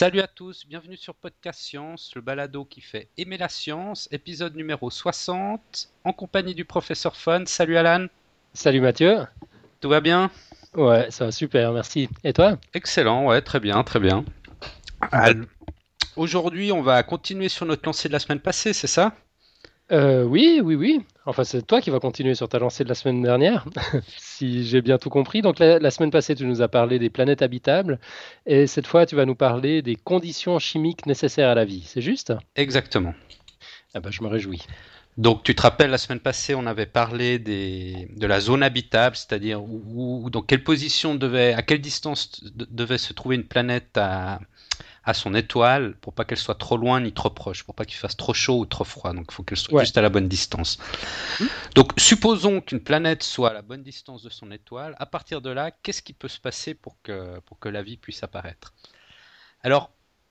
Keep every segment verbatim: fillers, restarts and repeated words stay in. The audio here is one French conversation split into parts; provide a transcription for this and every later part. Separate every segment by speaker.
Speaker 1: Salut à tous, bienvenue sur Podcast Science, le balado qui fait aimer la science, épisode numéro soixante, en compagnie du professeur Fun. Salut Alan,
Speaker 2: Salut Mathieu.
Speaker 1: tout va bien?
Speaker 2: Ouais, ça va super, merci. Et toi?
Speaker 1: Excellent, ouais, très bien, très bien.
Speaker 2: Bah,
Speaker 1: Al- Aujourd'hui, on va continuer sur notre lancée de la semaine passée, c'est ça?
Speaker 2: euh, oui, oui, oui. Enfin, c'est toi qui vas continuer sur ta lancée de la semaine dernière, si j'ai bien tout compris. Donc, la, la semaine passée, tu nous as parlé des planètes habitables, et cette fois, tu vas nous parler des conditions chimiques nécessaires à la vie. C'est juste?
Speaker 1: Exactement.
Speaker 2: Ah bah, je me réjouis.
Speaker 1: Donc, tu te rappelles, la semaine passée, on avait parlé des, de la zone habitable, c'est-à-dire où, où- dans quelle position devait, à quelle distance de- devait se trouver une planète à, à son étoile pour pas qu'elle soit trop loin ni trop proche, pour pas qu'il fasse trop chaud ou trop froid. Donc il faut qu'elle soit
Speaker 2: Ouais.
Speaker 1: juste à la bonne distance.
Speaker 2: Mhm.
Speaker 1: Donc supposons qu'une planète soit à la bonne distance de son étoile. À partir de là, qu'est-ce qui peut se passer pour que, pour que la vie puisse apparaître? Alors,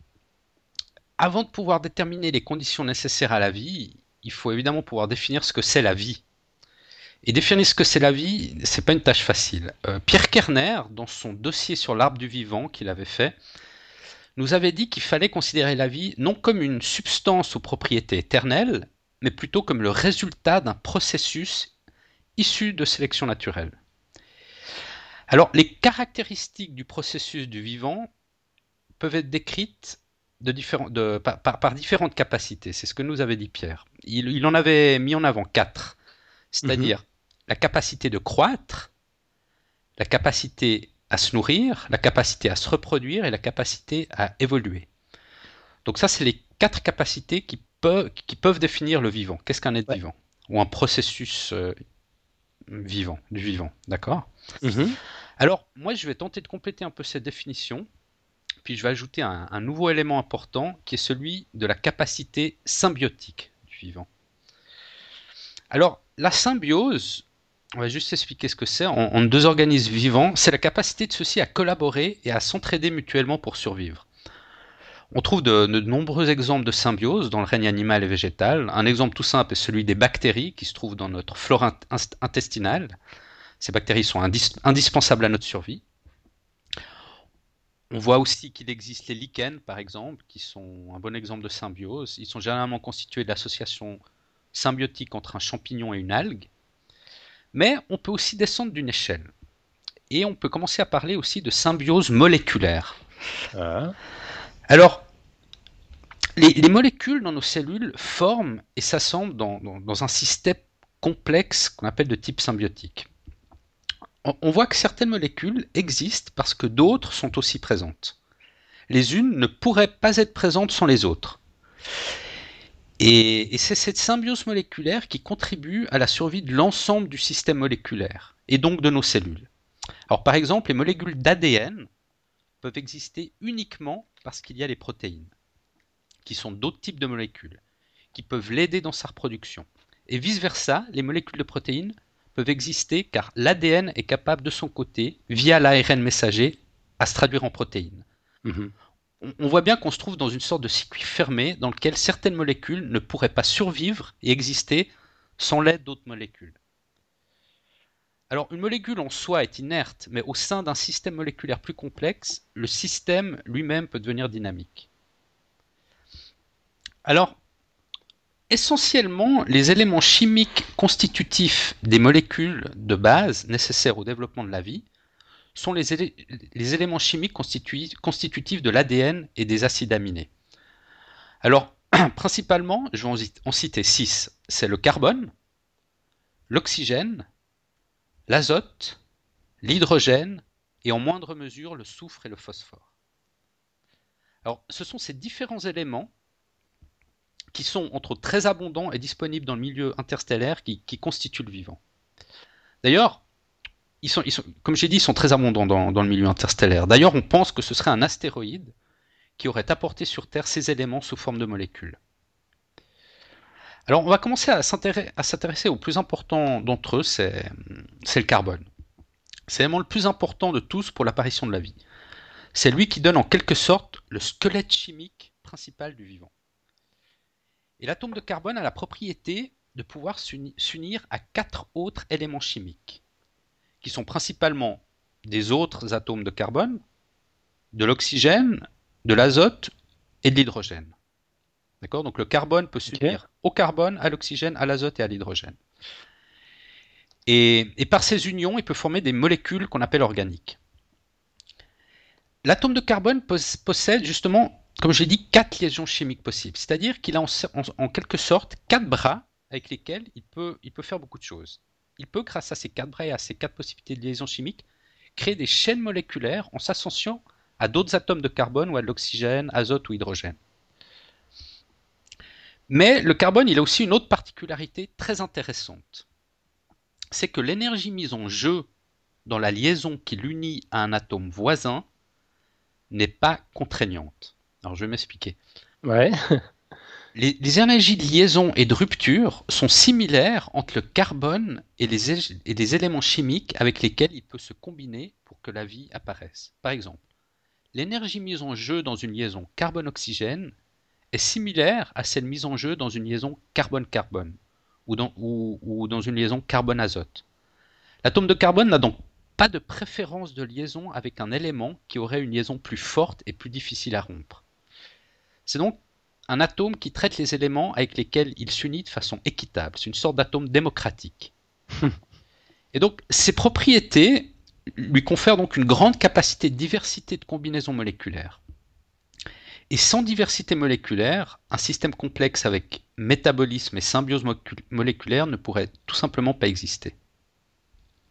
Speaker 1: avant de pouvoir déterminer les conditions nécessaires à la vie, il faut évidemment pouvoir définir ce que c'est la vie. Et définir ce que c'est la vie, c'est pas une tâche facile. Euh, Pierre Kerner, dans son dossier sur l'arbre du vivant qu'il avait fait, nous avait dit qu'il fallait considérer la vie non comme une substance aux propriétés éternelles, mais plutôt comme le résultat d'un processus issu de sélection naturelle. Alors, les caractéristiques du processus du vivant peuvent être décrites de différents, de, par, par, par, différentes capacités. C'est ce que nous avait dit Pierre. Il, il en avait mis en avant quatre,
Speaker 2: Mhm.
Speaker 1: c'est-à-dire la capacité de croître, la capacité à se nourrir, la capacité à se reproduire et la capacité à évoluer. Donc ça, c'est les quatre capacités qui peuvent, qui peuvent définir le vivant. Qu'est-ce qu'un être
Speaker 2: Ouais.
Speaker 1: vivant? Ou un processus euh, vivant, du vivant, d'accord?
Speaker 2: Mhm.
Speaker 1: Alors, moi, je vais tenter de compléter un peu cette définition, puis je vais ajouter un, un nouveau élément important qui est celui de la capacité symbiotique du vivant. Alors, la symbiose, on va juste expliquer ce que c'est, en, en deux organismes vivants, c'est la capacité de ceux-ci à collaborer et à s'entraider mutuellement pour survivre. On trouve de, de nombreux exemples de symbiose dans le règne animal et végétal. Un exemple tout simple est celui des bactéries qui se trouvent dans notre flore intestinale. Ces bactéries sont indis indispensables à notre survie. On voit aussi qu'il existe les lichens, par exemple, qui sont un bon exemple de symbiose. Ils sont généralement constitués de l'association symbiotique entre un champignon et une algue. Mais on peut aussi descendre d'une échelle. Et on peut commencer à parler aussi de symbiose moléculaire.
Speaker 2: Ah.
Speaker 1: Alors, Les, les molécules dans nos cellules forment et s'assemblent dans, dans, dans un système complexe qu'on appelle de type symbiotique. On, on voit que certaines molécules existent parce que d'autres sont aussi présentes. Les unes ne pourraient pas être présentes sans les autres. Et, et c'est cette symbiose moléculaire qui contribue à la survie de l'ensemble du système moléculaire, et donc de nos cellules. Alors par exemple, les molécules d'A D N peuvent exister uniquement parce qu'il y a les protéines, qui sont d'autres types de molécules, qui peuvent l'aider dans sa reproduction. Et vice-versa, les molécules de protéines peuvent exister car l'A D N est capable de son côté, via l'A R N messager, à se traduire en protéines.
Speaker 2: Mhm.
Speaker 1: On voit bien qu'on se trouve dans une sorte de circuit fermé dans lequel certaines molécules ne pourraient pas survivre et exister sans l'aide d'autres molécules. Alors une molécule en soi est inerte, mais au sein d'un système moléculaire plus complexe, le système lui-même peut devenir dynamique. Alors, essentiellement, les éléments chimiques constitutifs des molécules de base nécessaires au développement de la vie sont les, élé les éléments chimiques constitutifs de l'A D N et des acides aminés. Alors, principalement, je vais en citer six. C'est le carbone, l'oxygène, l'azote, l'hydrogène et en moindre mesure le soufre et le phosphore. Alors, ce sont ces différents éléments qui sont entre autres très abondants et disponibles dans le milieu interstellaire qui, qui constituent le vivant. D'ailleurs, ils sont, ils sont, comme j'ai dit, ils sont très abondants dans, dans le milieu interstellaire. D'ailleurs, on pense que ce serait un astéroïde qui aurait apporté sur Terre ces éléments sous forme de molécules. Alors, on va commencer à s'intéresser au plus important d'entre eux, c'est le carbone. C'est l'élément le plus important de tous pour l'apparition de la vie. C'est lui qui donne en quelque sorte le squelette chimique principal du vivant. Et l'atome de carbone a la propriété de pouvoir s'unir à quatre autres éléments chimiques, qui sont principalement des autres atomes de carbone, de l'oxygène, de l'azote et de l'hydrogène. D'accord? Donc le carbone peut s'unir okay. au carbone, à l'oxygène, à l'azote et à l'hydrogène. Et, et par ces unions, il peut former des molécules qu'on appelle organiques. L'atome de carbone possède justement, comme je l'ai dit, quatre liaisons chimiques possibles. C'est-à-dire qu'il a en, en, en quelque sorte quatre bras avec lesquels il peut, il peut faire beaucoup de choses. Il peut, grâce à ces quatre bras et à ces quatre possibilités de liaison chimique, créer des chaînes moléculaires en s'associant à d'autres atomes de carbone ou à de l'oxygène, azote ou hydrogène. Mais le carbone, il a aussi une autre particularité très intéressante. C'est que l'énergie mise en jeu dans la liaison qui l'unit à un atome voisin n'est pas contraignante. Alors je vais m'expliquer.
Speaker 2: Ouais.
Speaker 1: les, les énergies de liaison et de rupture sont similaires entre le carbone et les, et les éléments chimiques avec lesquels il peut se combiner pour que la vie apparaisse. Par exemple, l'énergie mise en jeu dans une liaison carbone-oxygène est similaire à celle mise en jeu dans une liaison carbone-carbone ou dans, ou, ou dans une liaison carbone-azote. L'atome de carbone n'a donc pas de préférence de liaison avec un élément qui aurait une liaison plus forte et plus difficile à rompre. C'est donc un atome qui traite les éléments avec lesquels il s'unit de façon équitable. C'est une sorte d'atome démocratique. Et donc, ces propriétés lui confèrent donc une grande capacité de diversité de combinaisons moléculaires. Et sans diversité moléculaire, un système complexe avec métabolisme et symbiose moléculaire ne pourrait tout simplement pas exister. D'accord ?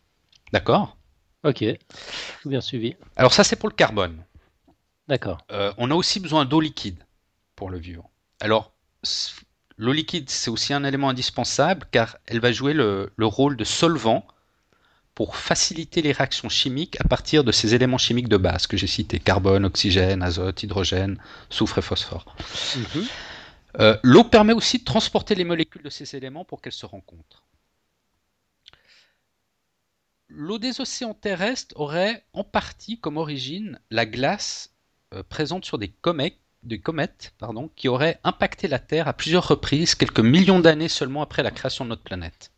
Speaker 2: Ok, bien suivi.
Speaker 1: Alors ça, c'est pour le carbone.
Speaker 2: D'accord.
Speaker 1: Euh, on a aussi besoin d'eau liquide pour le vivant. Alors, l'eau liquide, c'est aussi un élément indispensable car elle va jouer le, le rôle de solvant pour faciliter les réactions chimiques à partir de ces éléments chimiques de base que j'ai cités, carbone, oxygène, azote, hydrogène, soufre et phosphore. Mm-hmm. Euh, l'eau permet aussi de transporter les molécules de ces éléments pour qu'elles se rencontrent. L'eau des océans terrestres aurait en partie comme origine la glace euh, présente sur des comètes, des comètes pardon, qui auraient impacté la Terre à plusieurs reprises, quelques millions d'années seulement après la création de notre planète.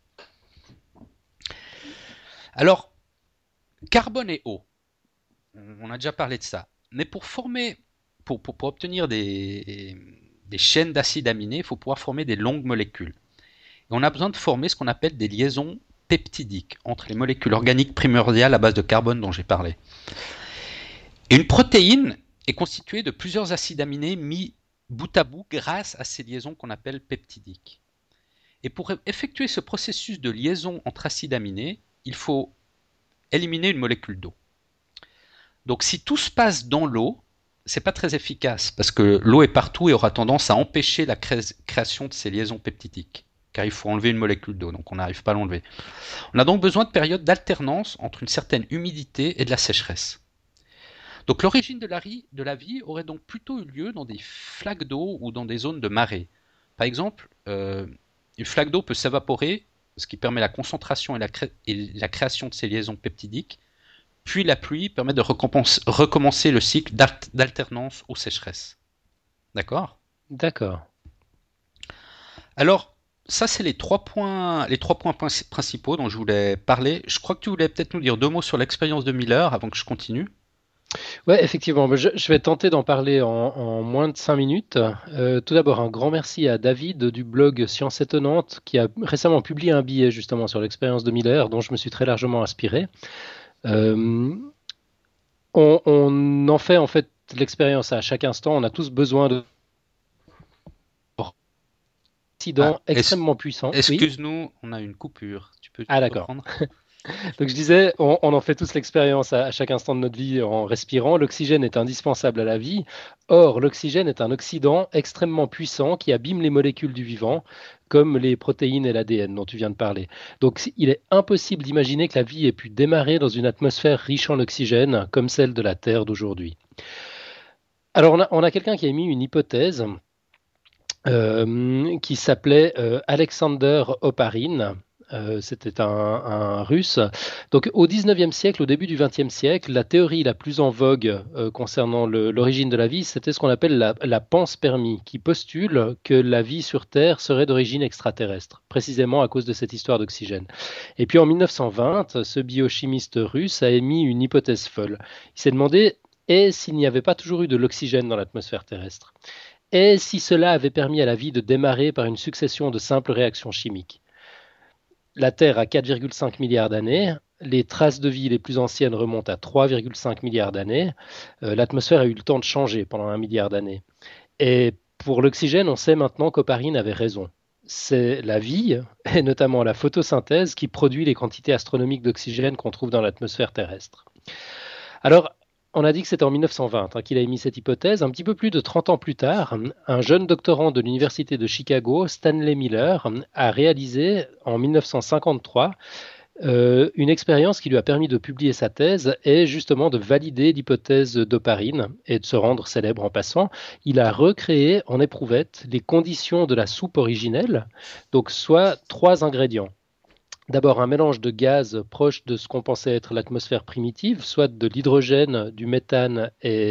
Speaker 1: Alors, carbone et eau, on a déjà parlé de ça, mais pour former, pour, pour, pour obtenir des, des chaînes d'acides aminés, il faut pouvoir former des longues molécules. Et on a besoin de former ce qu'on appelle des liaisons peptidiques entre les molécules organiques primordiales à base de carbone dont j'ai parlé. Et une protéine est constituée de plusieurs acides aminés mis bout à bout grâce à ces liaisons qu'on appelle peptidiques. Et pour effectuer ce processus de liaison entre acides aminés, il faut éliminer une molécule d'eau. Donc si tout se passe dans l'eau, c'est pas très efficace parce que l'eau est partout et aura tendance à empêcher la cré- création de ces liaisons peptidiques. Car il faut enlever une molécule d'eau, donc on n'arrive pas à l'enlever. On a donc besoin de périodes d'alternance entre une certaine humidité et de la sécheresse. Donc l'origine de la, de la vie aurait donc plutôt eu lieu dans des flaques d'eau ou dans des zones de marée. Par exemple, euh, une flaque d'eau peut s'évaporer, ce qui permet la concentration et la, cré- et la création de ces liaisons peptidiques, puis la pluie permet de recommencer le cycle d'alt- d'alternance aux sécheresses. D'accord ?
Speaker 2: D'accord.
Speaker 1: Alors, ça, c'est les trois points, les trois points principaux dont je voulais parler. Je crois que tu voulais peut-être nous dire deux mots sur l'expérience de Miller avant que je continue.
Speaker 2: Oui, effectivement. Je, je vais tenter d'en parler en, en moins de cinq minutes. Euh, tout d'abord, un grand merci à David du blog Science Étonnante qui a récemment publié un billet justement sur l'expérience de Miller dont je me suis très largement inspiré. Euh, on, on en fait en fait l'expérience à chaque instant. On a tous besoin de accidents ah, extrêmement puissants.
Speaker 1: Excuse-nous, oui, on a une coupure. Tu peux
Speaker 2: ah d'accord. Donc je disais, on, on en fait tous l'expérience à, à chaque instant de notre vie en respirant. L'oxygène est indispensable à la vie. Or, l'oxygène est un oxydant extrêmement puissant qui abîme les molécules du vivant, comme les protéines et l'A D N dont tu viens de parler. Donc il est impossible d'imaginer que la vie ait pu démarrer dans une atmosphère riche en oxygène, comme celle de la Terre d'aujourd'hui. Alors on a, on a quelqu'un qui a émis une hypothèse euh, qui s'appelait euh, Alexander Oparin. Euh, c'était un, un russe. Donc, au dix-neuvième siècle, au début du vingtième siècle, la théorie la plus en vogue euh, concernant le, l'origine de la vie, c'était ce qu'on appelle la, la panspermie, qui postule que la vie sur Terre serait d'origine extraterrestre, précisément à cause de cette histoire d'oxygène. Et puis en mille neuf cent vingt, ce biochimiste russe a émis une hypothèse folle. Il s'est demandé et s'il n'y avait pas toujours eu de l'oxygène dans l'atmosphère terrestre, et si cela avait permis à la vie de démarrer par une succession de simples réactions chimiques. La Terre a quatre virgule cinq milliards d'années, les traces de vie les plus anciennes remontent à trois virgule cinq milliards d'années, euh, l'atmosphère a eu le temps de changer pendant un milliard d'années. Et pour l'oxygène, on sait maintenant qu'Oparine avait raison. C'est la vie, et notamment la photosynthèse, qui produit les quantités astronomiques d'oxygène qu'on trouve dans l'atmosphère terrestre. Alors, on a dit que c'était en mille neuf cent vingt hein, qu'il a émis cette hypothèse. Un petit peu plus de trente ans plus tard, un jeune doctorant de l'université de Chicago, Stanley Miller, a réalisé en mille neuf cent cinquante-trois euh, une expérience qui lui a permis de publier sa thèse et justement de valider l'hypothèse d'Oparine et de se rendre célèbre en passant. Il a recréé en éprouvette les conditions de la soupe originelle, donc soit trois ingrédients. D'abord, un mélange de gaz proche de ce qu'on pensait être l'atmosphère primitive, soit de l'hydrogène, du méthane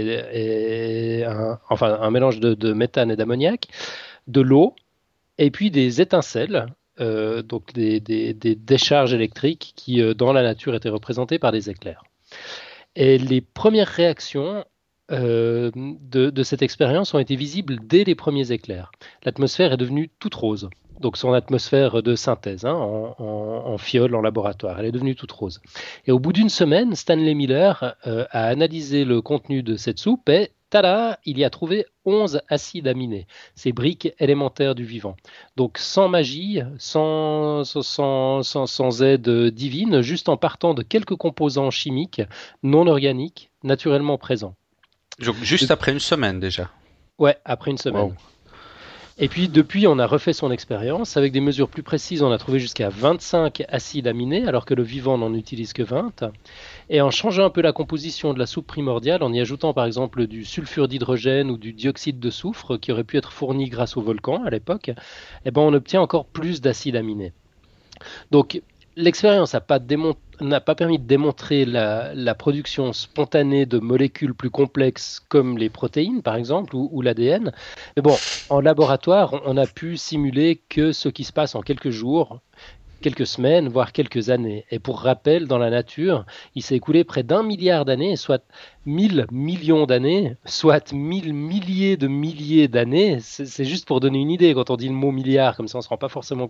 Speaker 2: et, et un, enfin un mélange de, de méthane et d'ammoniac, de l'eau, et puis des étincelles, euh, donc des, des, des, décharges électriques qui, euh, dans la nature, étaient représentées par des éclairs. Et les premières réactions euh, de, de cette expérience ont été visibles dès les premiers éclairs. L'atmosphère est devenue toute rose. Donc son atmosphère de synthèse, hein, en, en, en fiole, en laboratoire. Elle est devenue toute rose. Et au bout d'une semaine, Stanley Miller euh, a analysé le contenu de cette soupe et, tada, il y a trouvé onze acides aminés, ces briques élémentaires du vivant. Donc sans magie, sans, sans, sans, sans aide divine, juste en partant de quelques composants chimiques non organiques, naturellement présents.
Speaker 1: Juste de... après une semaine déjà.
Speaker 2: Ouais, après une semaine. Wow. Et puis depuis, on a refait son expérience. Avec des mesures plus précises, on a trouvé jusqu'à vingt-cinq acides aminés, alors que le vivant n'en utilise que vingt. Et en changeant un peu la composition de la soupe primordiale, en y ajoutant par exemple du sulfure d'hydrogène ou du dioxyde de soufre, qui aurait pu être fourni grâce au volcan à l'époque, eh ben, on obtient encore plus d'acides aminés. Donc l'expérience n'a pas, démon... n'a pas permis de démontrer la, la production spontanée de molécules plus complexes comme les protéines, par exemple, ou, ou l'A D N. Mais bon, en laboratoire, on a pu simuler que ce qui se passe en quelques jours, quelques semaines, voire quelques années. Et pour rappel, dans la nature, il s'est écoulé près d'un milliard d'années, soit mille millions d'années, soit mille milliers de milliers d'années. C'est, c'est juste pour donner une idée. Quand on dit le mot milliard, comme ça, on ne se rend pas forcément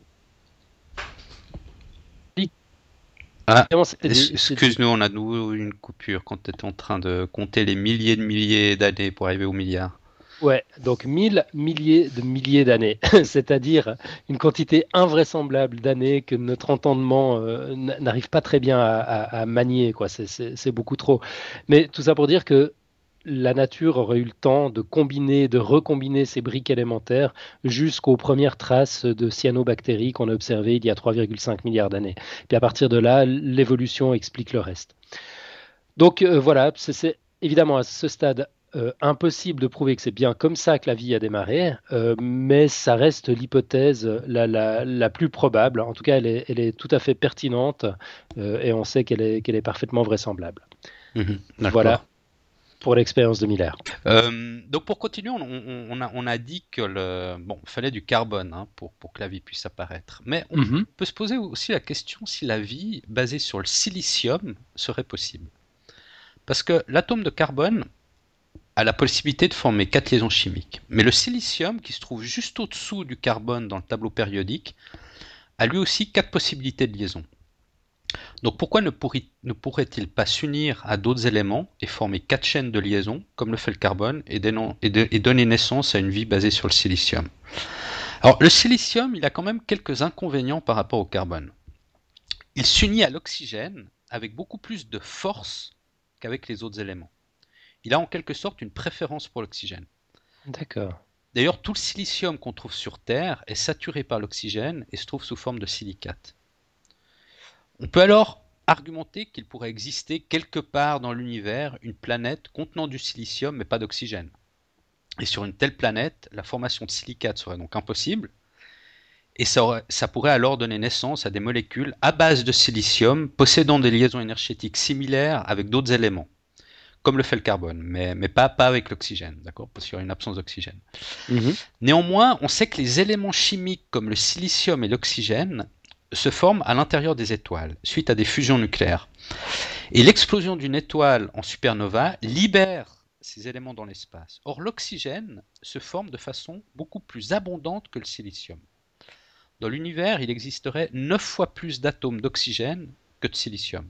Speaker 1: Ah, excuse-nous, on a de nouveau une coupure quand tu étais en train de compter les milliers de milliers d'années pour arriver au milliard.
Speaker 2: Ouais, donc mille milliers de milliers d'années, c'est-à-dire une quantité invraisemblable d'années que notre entendement euh, n'arrive pas très bien à, à, à manier, quoi. C'est, c'est, c'est beaucoup trop. Mais tout ça pour dire que la nature aurait eu le temps de combiner, de recombiner ces briques élémentaires jusqu'aux premières traces de cyanobactéries qu'on a observées il y a trois virgule cinq milliards d'années. Puis à partir de là, l'évolution explique le reste. Donc euh, voilà, c'est, c'est évidemment à ce stade euh, impossible de prouver que c'est bien comme ça que la vie a démarré, euh, mais ça reste l'hypothèse la, la, la plus probable. En tout cas, elle est, elle est tout à fait pertinente euh, et on sait qu'elle est, qu'elle est parfaitement vraisemblable.
Speaker 1: Mmh,
Speaker 2: voilà. Pour l'expérience de Miller.
Speaker 1: Euh, donc pour continuer, on, on, on, a, on a dit que le bon, fallait du carbone hein, pour, pour que la vie puisse apparaître. Mais on mm-hmm. peut se poser aussi la question si la vie basée sur le silicium serait possible. Parce que l'atome de carbone a la possibilité de former quatre liaisons chimiques. Mais le silicium, qui se trouve juste au-dessous du carbone dans le tableau périodique, a lui aussi quatre possibilités de liaison. Donc pourquoi ne, pourri, ne pourrait-il pas s'unir à d'autres éléments et former quatre chaînes de liaison, comme le fait le carbone, et, dénon, et, de, et donner naissance à une vie basée sur le silicium? Alors le silicium, il a quand même quelques inconvénients par rapport au carbone. Il s'unit à l'oxygène avec beaucoup plus de force qu'avec les autres éléments. Il a en quelque sorte une préférence pour l'oxygène.
Speaker 2: D'accord.
Speaker 1: D'ailleurs, tout le silicium qu'on trouve sur Terre est saturé par l'oxygène et se trouve sous forme de silicate. On peut alors argumenter qu'il pourrait exister quelque part dans l'univers une planète contenant du silicium mais pas d'oxygène. Et sur une telle planète, la formation de silicate serait donc impossible, et ça, aurait, ça pourrait alors donner naissance à des molécules à base de silicium possédant des liaisons énergétiques similaires avec d'autres éléments, comme le fait le carbone, mais, mais pas, pas avec l'oxygène, d'accord, parce qu'il y aurait une absence d'oxygène. Mmh. Néanmoins, on sait que les éléments chimiques comme le silicium et l'oxygène se forment à l'intérieur des étoiles, suite à des fusions nucléaires. Et l'explosion d'une étoile en supernova libère ces éléments dans l'espace. Or, l'oxygène se forme de façon beaucoup plus abondante que le silicium. Dans l'univers, il existerait neuf fois plus d'atomes d'oxygène que de silicium.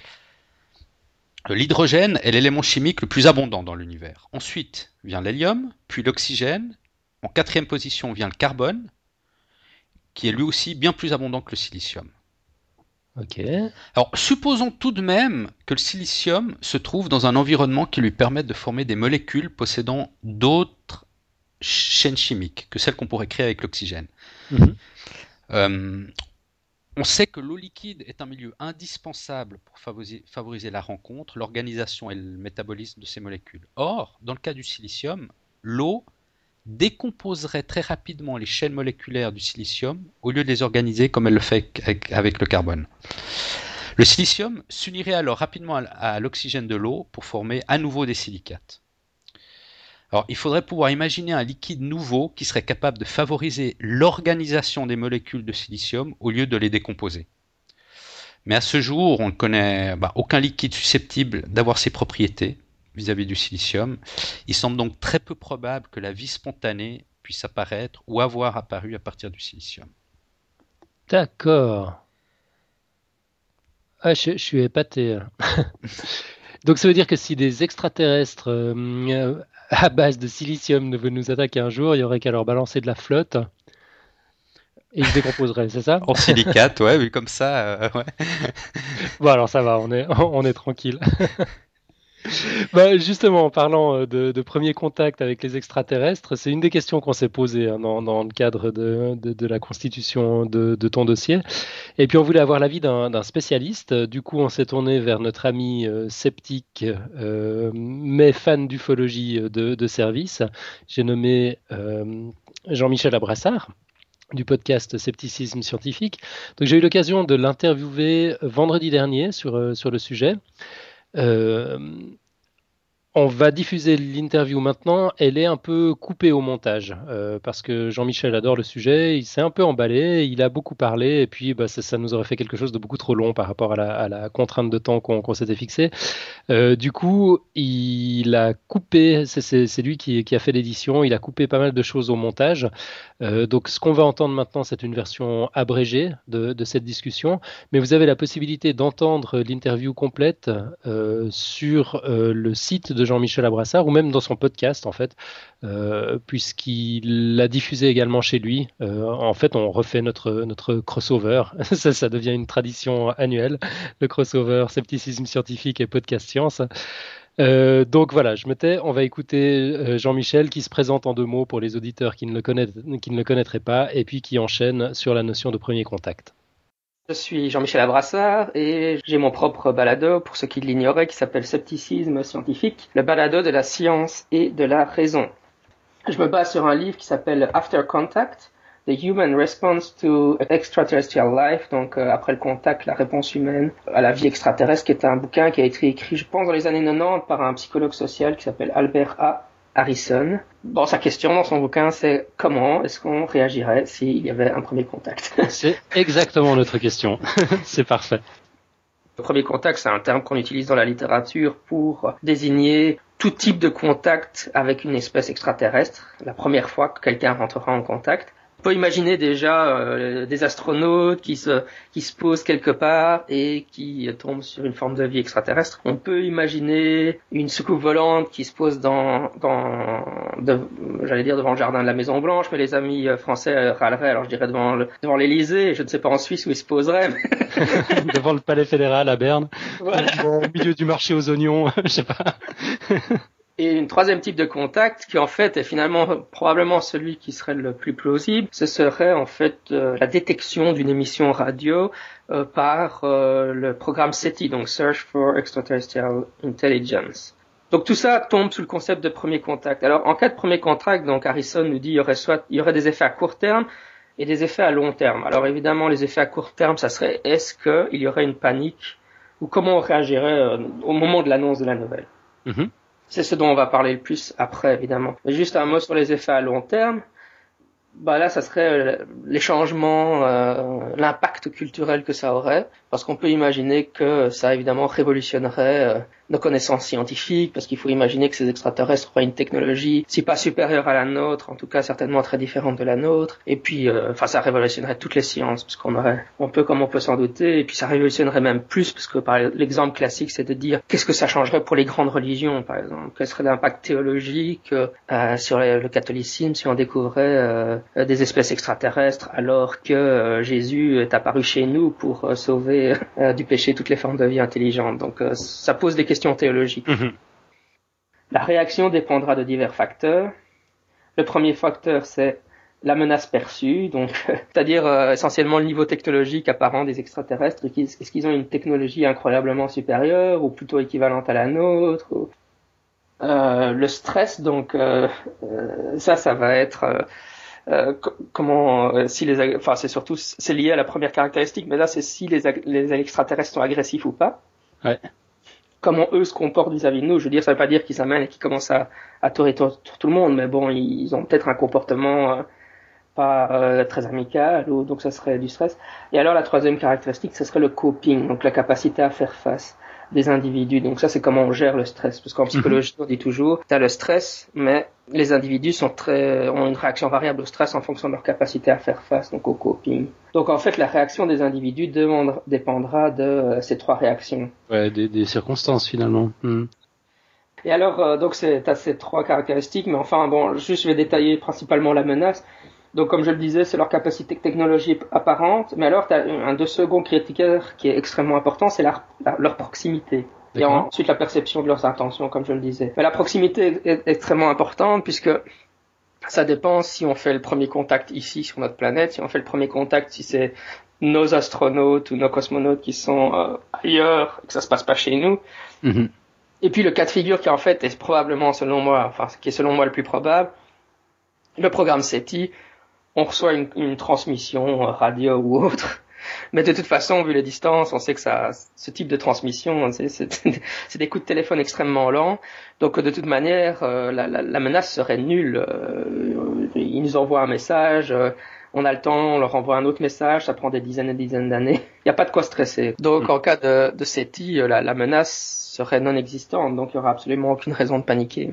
Speaker 1: L'hydrogène est l'élément chimique le plus abondant dans l'univers. Ensuite vient l'hélium, puis l'oxygène. En quatrième position vient le carbone, qui est lui aussi bien plus abondant que le silicium.
Speaker 2: Ok.
Speaker 1: Alors, supposons tout de même que le silicium se trouve dans un environnement qui lui permette de former des molécules possédant d'autres chaînes chimiques que celles qu'on pourrait créer avec l'oxygène. Mmh. Euh, on sait que l'eau liquide est un milieu indispensable pour favoriser, favoriser la rencontre, l'organisation et le métabolisme de ces molécules. Or, dans le cas du silicium, l'eau décomposerait très rapidement les chaînes moléculaires du silicium au lieu de les organiser comme elle le fait avec, avec le carbone. Le silicium s'unirait alors rapidement à, à l'oxygène de l'eau pour former à nouveau des silicates. Alors, il faudrait pouvoir imaginer un liquide nouveau qui serait capable de favoriser l'organisation des molécules de silicium au lieu de les décomposer. Mais à ce jour, on ne connaît bah, aucun liquide susceptible d'avoir ces propriétés vis-à-vis du silicium. Il semble donc très peu probable que la vie spontanée puisse apparaître ou avoir apparu à partir du silicium.
Speaker 2: D'accord. Ah, je, je suis épaté. Donc ça veut dire que si des extraterrestres euh, à base de silicium veulent nous attaquer un jour, il y aurait qu'à leur balancer de la flotte et ils se décomposeraient, c'est ça?
Speaker 1: En silicate, ouais, vu comme ça, euh, ouais.
Speaker 2: Bon alors ça va, on est, on est tranquille. Bah, justement, en parlant de, de premier contact avec les extraterrestres, c'est une des questions qu'on s'est posées hein, dans, dans le cadre de, de, de la constitution de, de ton dossier. Et puis on voulait avoir l'avis d'un, d'un spécialiste. Du coup, on s'est tourné vers notre ami euh, sceptique, euh, mais fan d'ufologie de, de service. J'ai nommé euh, Jean-Michel Abrassard du podcast Scepticisme Scientifique. Donc j'ai eu l'occasion de l'interviewer vendredi dernier sur, euh, sur le sujet. Euh, on va diffuser l'interview maintenant. Elle est un peu coupée au montage euh, parce que Jean-Michel adore le sujet. Il s'est un peu emballé, il a beaucoup parlé et puis bah, ça, ça nous aurait fait quelque chose de beaucoup trop long par rapport à la, à la contrainte de temps qu'on, qu'on s'était fixée. Euh, du coup, il a coupé, c'est, c'est, c'est lui qui, qui a fait l'édition, il a coupé pas mal de choses au montage. Euh, donc ce qu'on va entendre maintenant, c'est une version abrégée de, de cette discussion, mais vous avez la possibilité d'entendre l'interview complète euh, sur euh, le site de Jean-Michel Abrassard ou même dans son podcast en fait, euh, puisqu'il l'a diffusé également chez lui. Euh, en fait, on refait notre, notre crossover, ça, ça devient une tradition annuelle, le crossover scepticisme scientifique et podcast science. Euh, donc voilà, je me tais, on va écouter euh, Jean-Michel qui se présente en deux mots pour les auditeurs qui ne, le connaît, qui ne le connaîtraient pas et puis qui enchaîne sur la notion de premier contact.
Speaker 3: Je suis Jean-Michel Abrassard et j'ai mon propre balado, pour ceux qui l'ignoraient, qui s'appelle Scepticisme Scientifique, le balado de la science et de la raison. Je me base sur un livre qui s'appelle After Contact, The Human Response to Extraterrestrial Life, donc euh, après le contact, la réponse humaine à la vie extraterrestre, qui est un bouquin qui a été écrit, je pense, dans les années quatre-vingt-dix par un psychologue social qui s'appelle Albert A. Harrison. Bon, sa question dans son bouquin, c'est comment est-ce qu'on réagirait s'il y avait un premier contact?
Speaker 2: C'est exactement notre question. C'est parfait.
Speaker 3: Le premier contact, c'est un terme qu'on utilise dans la littérature pour désigner tout type de contact avec une espèce extraterrestre, la première fois que quelqu'un rentrera en contact. On peut imaginer déjà euh, des astronautes qui se qui se posent quelque part et qui tombent sur une forme de vie extraterrestre. On peut imaginer une soucoupe volante qui se pose dans dans de, j'allais dire devant le jardin de la Maison Blanche, mais les amis français râleraient, alors je dirais devant le, devant l'Élysée. Je ne sais pas en Suisse où ils se poseraient. Mais...
Speaker 2: devant le Palais fédéral à Berne,
Speaker 3: voilà.
Speaker 2: Au milieu du marché aux oignons, je sais pas.
Speaker 3: Et une troisième type de contact, qui en fait est finalement probablement celui qui serait le plus plausible, ce serait en fait euh, la détection d'une émission radio euh, par euh, le programme SETI, donc Search for Extraterrestrial Intelligence. Donc tout ça tombe sous le concept de premier contact. Alors en cas de premier contact, donc Harrison nous dit il y aurait soit il y aurait des effets à court terme et des effets à long terme. Alors évidemment les effets à court terme, ça serait est-ce qu'il y aurait une panique ou comment on réagirait euh, au moment de l'annonce de la nouvelle. Mm-hmm. C'est ce dont on va parler le plus après, évidemment. Mais juste un mot sur les effets à long terme. Bah là, ça serait les changements, euh, l'impact culturel que ça aurait, parce qu'on peut imaginer que ça évidemment révolutionnerait euh, nos connaissances scientifiques, parce qu'il faut imaginer que ces extraterrestres auraient une technologie, si pas supérieure à la nôtre, en tout cas certainement très différente de la nôtre, et puis, euh, enfin, ça révolutionnerait toutes les sciences, parce qu'on aurait, on peut comme on peut s'en douter, et puis ça révolutionnerait même plus, parce que par l'exemple classique, c'est de dire qu'est-ce que ça changerait pour les grandes religions, par exemple, quel serait l'impact théologique euh, sur le, le catholicisme si on découvrait euh, des espèces extraterrestres, alors que euh, Jésus est apparu chez nous pour euh, sauver euh, du péché toutes les formes de vie intelligentes. Donc euh, ça pose des questions théologiques. Mmh. La réaction dépendra de divers facteurs. Le premier facteur, c'est la menace perçue, donc c'est-à-dire euh, essentiellement le niveau technologique apparent des extraterrestres. Est-ce qu'ils ont une technologie incroyablement supérieure ou plutôt équivalente à la nôtre ou... euh, Le stress, donc euh, euh, ça, ça va être euh, Euh, comment euh, si les enfin c'est surtout c'est lié à la première caractéristique, mais là c'est si les les extraterrestres sont agressifs ou pas.
Speaker 2: Ouais.
Speaker 3: Comment eux se comportent vis-à-vis de nous. Je veux dire, ça veut pas dire qu'ils s'amènent et qu'ils commencent à à tourner tout, tout le monde, mais bon, ils ont peut-être un comportement euh, pas euh, très amical, ou donc ça serait du stress. Et alors la troisième caractéristique, ce serait le coping, donc la capacité à faire face des individus. Donc ça, c'est comment on gère le stress. Parce qu'en psychologie, on dit toujours, t'as le stress, mais les individus sont très, ont une réaction variable au stress en fonction de leur capacité à faire face, donc au coping. Donc en fait, la réaction des individus demande, dépendra de euh, ces trois réactions.
Speaker 2: Ouais, des, des circonstances finalement. Mmh.
Speaker 3: Et alors, euh, donc c'est, t'as ces trois caractéristiques, mais enfin, bon, juste je vais détailler principalement la menace. Donc, comme je le disais, c'est leur capacité technologique apparente. Mais alors, tu as un de second critère qui est extrêmement important, c'est la, la, leur proximité. D'accord. Et ensuite, la perception de leurs intentions, comme je le disais. Mais la proximité est, est extrêmement importante puisque ça dépend si on fait le premier contact ici sur notre planète, si on fait le premier contact, si c'est nos astronautes ou nos cosmonautes qui sont euh, ailleurs et que ça se passe pas chez nous. Mm-hmm. Et puis, le cas de figure qui, en fait, est probablement, selon moi, enfin, qui est selon moi le plus probable, le programme SETI, on reçoit une, une transmission radio ou autre, mais de toute façon, vu les distances, on sait que ça, ce type de transmission, c'est, c'est, c'est des coups de téléphone extrêmement lents. Donc, de toute manière, euh, la, la, la menace serait nulle. Euh, ils nous envoient un message, euh, on a le temps, on leur envoie un autre message, ça prend des dizaines et des dizaines d'années. Il n'y a pas de quoi stresser. Donc, mmh. en cas de, de SETI, la, la menace serait non existante, donc il n'y aura absolument aucune raison de paniquer.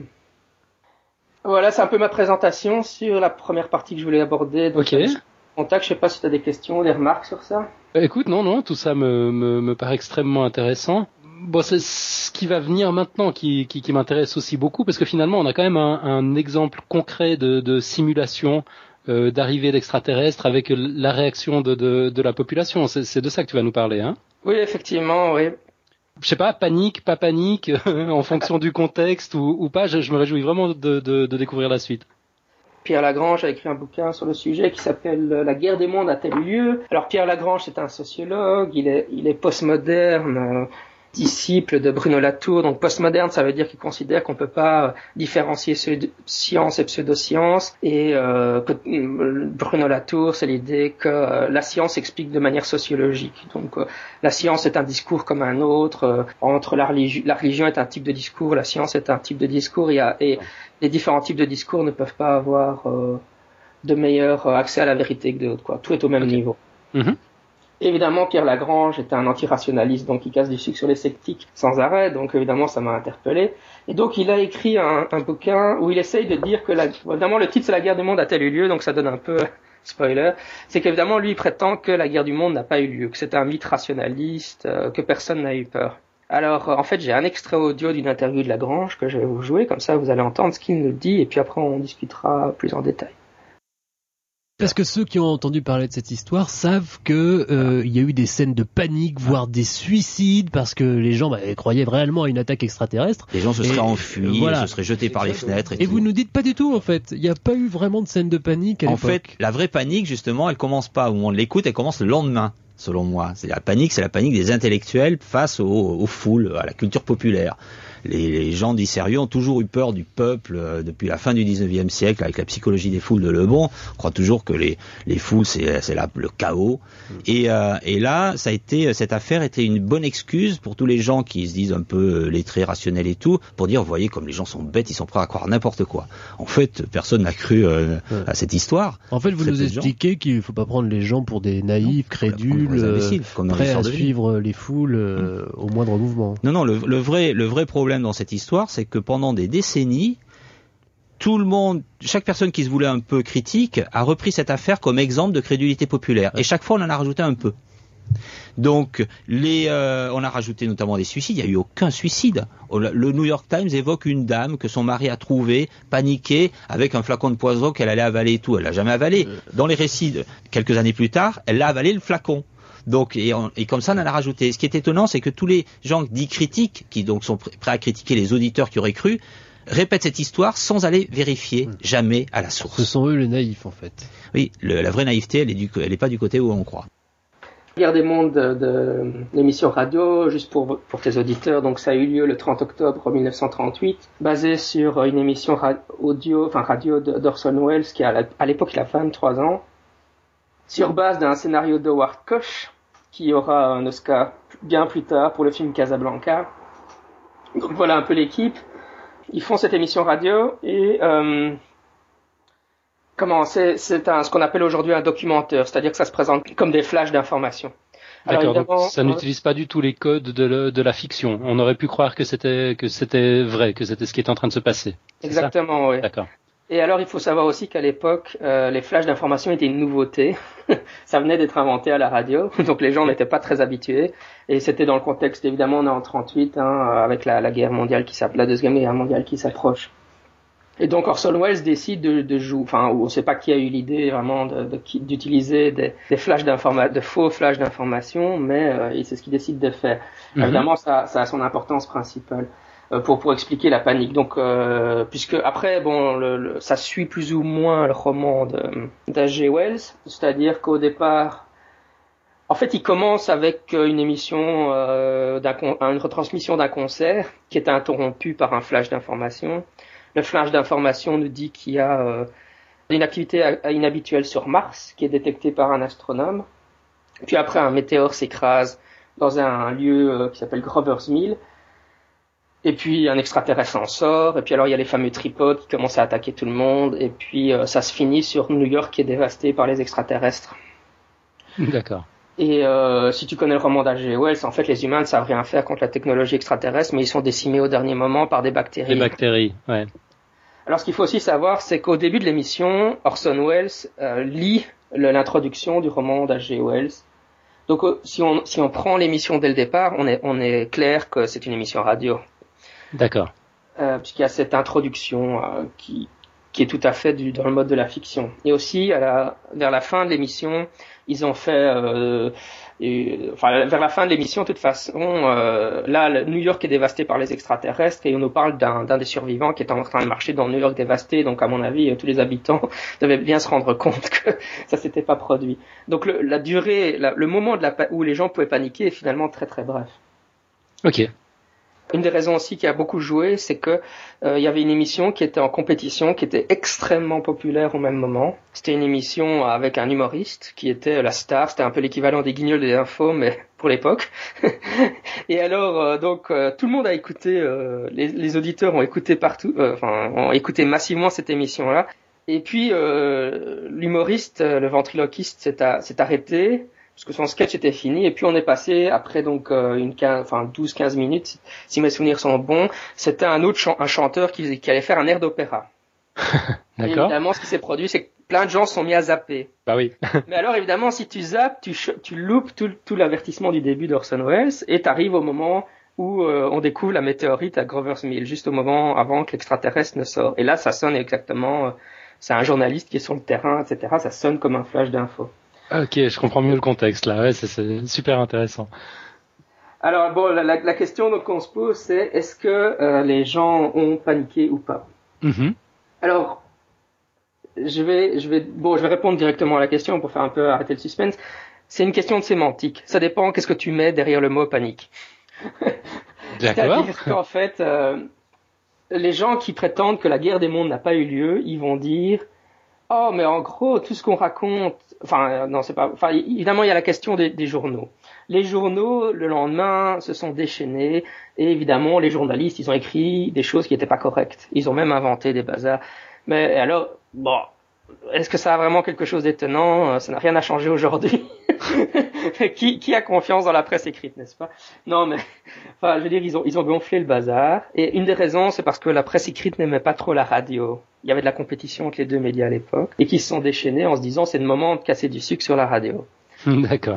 Speaker 3: Voilà, c'est un peu ma présentation sur la première partie que je voulais aborder. Donc,
Speaker 2: ok.
Speaker 3: Contact, je sais pas si tu as des questions, des remarques sur ça.
Speaker 2: Écoute, non, non, tout ça me, me, me paraît extrêmement intéressant. Bon, c'est ce qui va venir maintenant qui, qui, qui m'intéresse aussi beaucoup, parce que finalement, on a quand même un, un exemple concret de, de simulation euh, d'arrivée d'extraterrestres avec la réaction de, de, de la population. C'est, c'est de ça que tu vas nous parler, hein?
Speaker 3: Oui, effectivement, oui.
Speaker 2: Je sais pas, panique, pas panique, en fonction du contexte ou, ou pas, je, je me réjouis vraiment de, de, de découvrir la suite.
Speaker 3: Pierre Lagrange a écrit un bouquin sur le sujet qui s'appelle « La guerre des mondes a-t-elle eu lieu ?» Alors Pierre Lagrange, c'est un sociologue, il est, il est postmoderne, euh, disciple de Bruno Latour. Donc postmoderne, ça veut dire qu'il considère qu'on peut pas différencier science et pseudoscience. Et euh, que, Bruno Latour, c'est l'idée que euh, la science explique de manière sociologique. Donc euh, la science est un discours comme un autre. Euh, entre la religion, la religion est un type de discours, la science est un type de discours. Il y a, et les différents types de discours ne peuvent pas avoir euh, de meilleur accès à la vérité que d'autres, quoi. Tout est au même okay. niveau. Mm-hmm. Évidemment, Pierre Lagrange était un antirationaliste, donc il casse du sucre sur les sceptiques sans arrêt, donc évidemment ça m'a interpellé. Et donc il a écrit un, un bouquin où il essaye de dire que, la, évidemment le titre c'est La guerre du monde a-t-elle eu lieu, donc ça donne un peu spoiler, c'est qu'évidemment lui il prétend que la guerre du monde n'a pas eu lieu, que c'est un mythe rationaliste, euh, que personne n'a eu peur. Alors en fait j'ai un extrait audio d'une interview de Lagrange que je vais vous jouer, comme ça vous allez entendre ce qu'il nous dit, et puis après on discutera plus en détail.
Speaker 4: Parce que ceux qui ont entendu parler de cette histoire savent que euh, il y a eu des scènes de panique, voire des suicides, parce que les gens bah, croyaient réellement à une attaque extraterrestre.
Speaker 5: Les gens se seraient enfuis, voilà. se seraient jetés par les fenêtres. Et,
Speaker 4: et
Speaker 5: tout.
Speaker 4: vous nous dites pas du tout, en fait. Il n'y a pas eu vraiment de scène de panique à
Speaker 5: en
Speaker 4: l'époque.
Speaker 5: En fait, la vraie panique, justement, elle commence pas où on l'écoute, elle commence le lendemain, selon moi. C'est la panique, c'est la panique des intellectuels face aux, aux foules, à la culture populaire. les, les gens d'Issérieux ont toujours eu peur du peuple euh, depuis la fin du dix-neuvième siècle, avec la psychologie des foules de Lebon. On croit toujours que les, les foules, c'est, c'est la, le chaos. Mmh. Et, euh, et là, ça a été, cette affaire était une bonne excuse pour tous les gens qui se disent un peu lettrés, rationnels et tout, pour dire, vous voyez, comme les gens sont bêtes, ils sont prêts à croire n'importe quoi. En fait, personne n'a cru euh, ouais. à cette histoire.
Speaker 4: En fait, vous nous expliquez qu'il ne faut pas prendre les gens pour des naïfs, non, crédules, euh, prêts à suivre les foules euh, mmh. au moindre mouvement.
Speaker 5: Non, non, le, le vrai, le vrai problème dans cette histoire, c'est que pendant des décennies, tout le monde, chaque personne qui se voulait un peu critique, a repris cette affaire comme exemple de crédulité populaire. Ouais. Et chaque fois, on en a rajouté un peu. Donc, les, euh, on a rajouté notamment des suicides. Il n'y a eu aucun suicide. Le New York Times évoque une dame que son mari a trouvée, paniquée, avec un flacon de poison qu'elle allait avaler et tout. Elle l'a jamais avalé. Dans les récits, quelques années plus tard, elle l'a avalé le flacon. Donc, et, on, et comme ça, on en a rajouté. Ce qui est étonnant, c'est que tous les gens dits critiques, qui donc sont prêts à critiquer les auditeurs qui auraient cru, répètent cette histoire sans aller vérifier jamais à la source.
Speaker 4: Ce sont eux les naïfs, en fait.
Speaker 5: Oui, le, la vraie naïveté, elle est du, elle est pas du côté où on croit.
Speaker 3: Guerre des mondes de, de l'émission radio, juste pour, pour tes auditeurs, donc ça a eu lieu le trente octobre mille neuf cent trente-huit, basé sur une émission ra- audio, enfin radio d'Orson Welles, qui a, à l'époque il a vingt-trois ans, sur base d'un scénario d'Howard Koch, qui aura un Oscar bien plus tard pour le film Casablanca. Donc voilà un peu l'équipe. Ils font cette émission radio et euh, comment c'est, c'est un, ce qu'on appelle aujourd'hui un documentaire, c'est-à-dire que ça se présente comme des flashs d'informations.
Speaker 2: D'accord, donc ça euh, n'utilise pas du tout les codes de, le, de la fiction. On aurait pu croire que c'était que c'était vrai, que c'était ce qui était en train de se passer.
Speaker 3: Exactement, oui.
Speaker 2: D'accord.
Speaker 3: Et alors, il faut savoir aussi qu'à l'époque, euh, les flashs d'information étaient une nouveauté. Ça venait d'être inventé à la radio, donc les gens n'étaient pas très habitués. Et c'était dans le contexte, évidemment, on est en trente-huit, hein, avec la, la guerre mondiale qui s'appelle, la deuxième guerre mondiale qui s'approche. Et donc Orson Welles décide de, de jouer, enfin, on ne sait pas qui a eu l'idée vraiment de, de, d'utiliser des, des flashs d'information, de faux flashs d'information, mais euh, c'est ce qu'il décide de faire. Mm-hmm. Évidemment, ça, ça a son importance principale. Pour, pour expliquer la panique. Donc, euh, puisque après, bon, le, le, ça suit plus ou moins le roman de d'H G Wells, c'est-à-dire qu'au départ, en fait, il commence avec une émission, euh, d'un, une retransmission d'un concert qui est interrompue par un flash d'information. Le flash d'information nous dit qu'il y a euh, une activité inhabituelle sur Mars qui est détectée par un astronome. Puis après, un météore s'écrase dans un lieu euh, qui s'appelle Grover's Mill. Et puis un extraterrestre en sort, et puis alors il y a les fameux tripodes qui commencent à attaquer tout le monde, et puis euh, ça se finit sur New York qui est dévastée par les extraterrestres.
Speaker 2: D'accord.
Speaker 3: Et euh, si tu connais le roman d'H G Wells, en fait les humains ne savent rien faire contre la technologie extraterrestre, mais ils sont décimés au dernier moment par des bactéries.
Speaker 2: Des bactéries, ouais.
Speaker 3: Alors ce qu'il faut aussi savoir, c'est qu'au début de l'émission, Orson Welles euh, lit le, l'introduction du roman d'H G Wells. Donc euh, si on si on prend l'émission dès le départ, on est on est clair que c'est une émission radio.
Speaker 2: D'accord.
Speaker 3: Euh, puisqu'il y a cette introduction euh, qui qui est tout à fait du, dans le mode de la fiction. Et aussi, à la, vers la fin de l'émission, ils ont fait, euh, et, enfin vers la fin de l'émission, de toute façon, euh, là, le New York est dévasté par les extraterrestres et on nous parle d'un, d'un des survivants qui est en train de marcher dans New York dévasté. Donc, à mon avis, tous les habitants devaient bien se rendre compte que ça s'était pas produit. Donc, le, la durée, la, le moment de la, où les gens pouvaient paniquer est finalement très très bref.
Speaker 2: Ok.
Speaker 3: Une des raisons aussi qui a beaucoup joué, c'est que euh, il y avait une émission qui était en compétition, qui était extrêmement populaire au même moment. C'était une émission avec un humoriste qui était la star. C'était un peu l'équivalent des Guignols des infos, mais pour l'époque. Et alors, euh, donc, euh, tout le monde a écouté, euh, les, les auditeurs ont écouté partout, euh, enfin, ont écouté massivement cette émission-là. Et puis, euh, l'humoriste, le ventriloquiste, s'est, a, s'est arrêté. Parce que son sketch était fini, et puis on est passé après donc euh, une quinze, enfin douze quinze minutes, si mes souvenirs sont bons, c'était un autre chan- un chanteur qui, qui allait faire un air d'opéra.
Speaker 2: D'accord.
Speaker 3: Et évidemment, ce qui s'est produit, c'est que plein de gens sont mis à zapper.
Speaker 2: Bah oui.
Speaker 3: Mais alors évidemment, si tu zappes, tu, tu loupes tout, tout l'avertissement du début d'Orson Welles, et t'arrives au moment où euh, on découvre la météorite à Grover's Mill, juste au moment avant que l'extraterrestre ne sorte. Et là, ça sonne exactement, euh, c'est un journaliste qui est sur le terrain, et cetera. Ça sonne comme un flash d'info.
Speaker 2: Ok, je comprends mieux le contexte là, ouais, c'est, c'est super intéressant.
Speaker 3: Alors bon, la, la, la question donc qu'on se pose, c'est est-ce que euh, les gens ont paniqué ou pas?
Speaker 2: Mm-hmm.
Speaker 3: Alors, je vais, je vais, bon, je vais répondre directement à la question pour faire un peu arrêter le suspense. C'est une question de sémantique. Ça dépend qu'est-ce que tu mets derrière le mot panique.
Speaker 2: D'accord.
Speaker 3: C'est-à-dire qu'en fait, euh, les gens qui prétendent que la guerre des mondes n'a pas eu lieu, ils vont dire « Oh, mais en gros, tout ce qu'on raconte... » Enfin, euh, non, c'est pas... Enfin, évidemment, il y a la question des, des journaux. Les journaux, le lendemain, se sont déchaînés. Et évidemment, les journalistes, ils ont écrit des choses qui n'étaient pas correctes. Ils ont même inventé des bazars. Mais alors, bon... Est-ce que ça a vraiment quelque chose d'étonnant? Ça n'a rien à changer aujourd'hui. qui, qui a confiance dans la presse écrite, n'est-ce pas? Non, mais, enfin, je veux dire, ils ont, ils ont gonflé le bazar. Et une des raisons, c'est parce que la presse écrite n'aimait pas trop la radio. Il y avait de la compétition entre les deux médias à l'époque. Et qu'ils se sont déchaînés en se disant, c'est le moment de casser du sucre sur la radio.
Speaker 2: D'accord.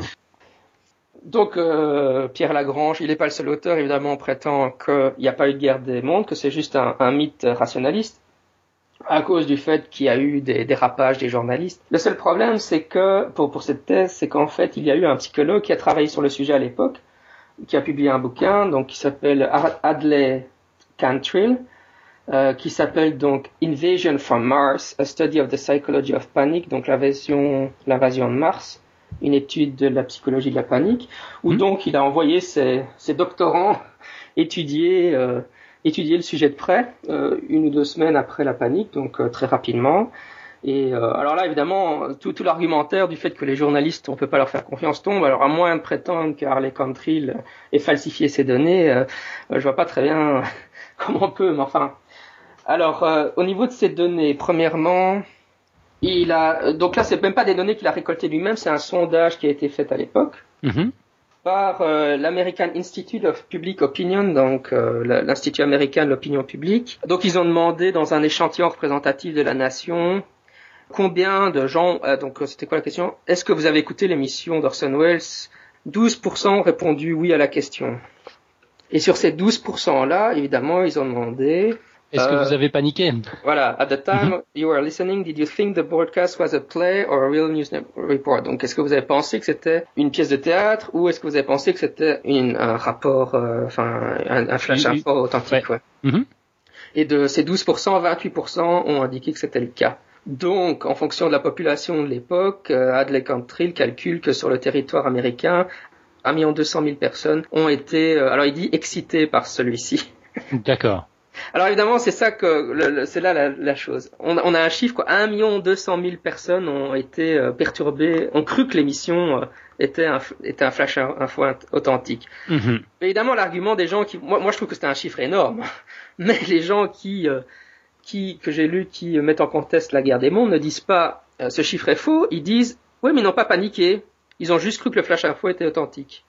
Speaker 3: Donc, euh, Pierre Lagrange, il n'est pas le seul auteur, évidemment, prétend qu'il n'y a pas eu de guerre des mondes, que c'est juste un, un mythe rationaliste, à cause du fait qu'il y a eu des dérapages des journalistes. Le seul problème, c'est que, pour, pour cette thèse, c'est qu'en fait, il y a eu un psychologue qui a travaillé sur le sujet à l'époque, qui a publié un bouquin, donc, qui s'appelle Hadley Cantrill, euh, qui s'appelle donc Invasion from Mars, A Study of the Psychology of Panic, donc l'invasion, l'invasion de Mars, une étude de la psychologie de la panique, où mmh. donc il a envoyé ses, ses doctorants étudier, euh, étudier le sujet de près, euh, une ou deux semaines après la panique, donc euh, très rapidement. Et euh, alors là, évidemment, tout, tout l'argumentaire du fait que les journalistes, on peut pas leur faire confiance tombe. Alors à moins de prétendre que Harley Cantrill ait falsifié ces données, euh, je vois pas très bien comment on peut, mais enfin... Alors, euh, au niveau de ces données, premièrement, il a... Donc là, c'est même pas des données qu'il a récoltées lui-même, c'est un sondage qui a été fait à l'époque. Mm-hmm. par euh, l'American Institute of Public Opinion, donc euh, l'Institut américain de l'opinion publique. Donc ils ont demandé dans un échantillon représentatif de la nation combien de gens, euh, donc c'était quoi la question? Est-ce que vous avez écouté l'émission d'Orson Welles? douze pour cent ont répondu oui à la question. Et sur ces douze pour cent-là, évidemment, ils ont demandé...
Speaker 2: Est-ce que
Speaker 3: euh,
Speaker 2: vous avez paniqué?
Speaker 3: Voilà. At the time mm-hmm. you were listening, did you think the broadcast was a play or a real news report? Donc, est-ce que vous avez pensé que c'était une pièce de théâtre ou est-ce que vous avez pensé que c'était une, un rapport, euh, enfin, un, un flash info authentique, ouais. ouais. Mm-hmm. Et de ces douze pour cent, vingt-huit pour cent ont indiqué que c'était le cas. Donc, en fonction de la population de l'époque, euh, Hadley Cantrill calcule que sur le territoire américain, un million deux cent mille personnes ont été, euh, alors il dit excitées par celui-ci.
Speaker 2: D'accord.
Speaker 3: Alors évidemment, c'est ça que le, le, c'est là la, la chose. On, on a un chiffre quoi, un million deux cent mille personnes ont été euh, perturbées, ont cru que l'émission euh, était un était un flash info authentique. Mm-hmm. Mais évidemment, l'argument des gens qui, moi, moi je trouve que c'était un chiffre énorme, mais les gens qui euh, qui que j'ai lu qui mettent en conteste la guerre des mondes ne disent pas euh, ce chiffre est faux, ils disent oui mais ils n'ont pas paniqué, ils ont juste cru que le flash info était authentique.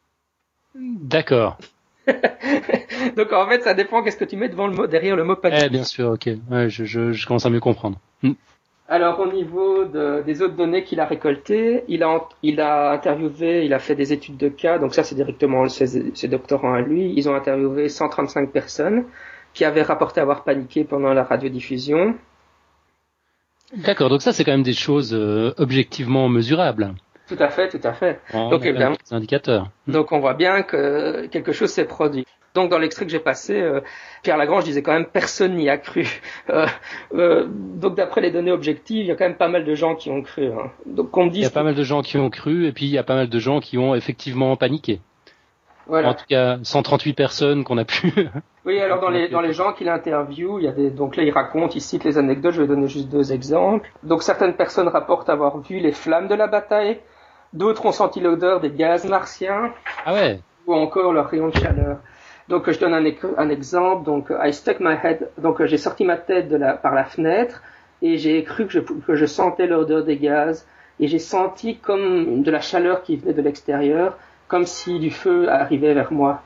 Speaker 2: D'accord.
Speaker 3: Donc en fait, ça dépend qu'est-ce que tu mets devant le mot, derrière le mot panique.
Speaker 2: Eh bien sûr, ok. Ouais, je, je, je commence à mieux comprendre. Mm.
Speaker 3: Alors au niveau de, des autres données qu'il a récoltées, il a, il a interviewé, il a fait des études de cas. Donc ça, c'est directement ses, ses doctorants à lui. Ils ont interviewé cent trente-cinq personnes qui avaient rapporté avoir paniqué pendant la radiodiffusion.
Speaker 2: D'accord. Donc ça, c'est quand même des choses euh, objectivement mesurables.
Speaker 3: Tout à fait, tout à fait.
Speaker 2: Oh,
Speaker 3: donc évidemment,
Speaker 2: des indicateurs.
Speaker 3: Donc on voit bien que quelque chose s'est produit. Donc dans l'extrait que j'ai passé, euh, Pierre Lagrange disait quand même personne n'y a cru. Euh, euh, donc d'après les données objectives, il y a quand même pas mal de gens qui ont cru. Hein. Donc on me dit.
Speaker 2: Il y a pas mal de gens qui ont cru et puis il y a pas mal de gens qui ont effectivement paniqué.
Speaker 3: Voilà.
Speaker 2: En tout cas, cent trente-huit personnes qu'on a pu.
Speaker 3: Oui, alors dans les dans les gens qu'il interviewe, il y a des donc là il raconte, il cite les anecdotes. Je vais donner juste deux exemples. Donc certaines personnes rapportent avoir vu les flammes de la bataille. D'autres ont senti l'odeur des gaz martiens.
Speaker 2: Ah ouais.
Speaker 3: Ou encore leur rayon de chaleur. Donc je donne un, un exemple. Donc I stuck my head. Donc j'ai sorti ma tête de la, par la fenêtre et j'ai cru que je, que je sentais l'odeur des gaz et j'ai senti comme de la chaleur qui venait de l'extérieur, comme si du feu arrivait vers moi.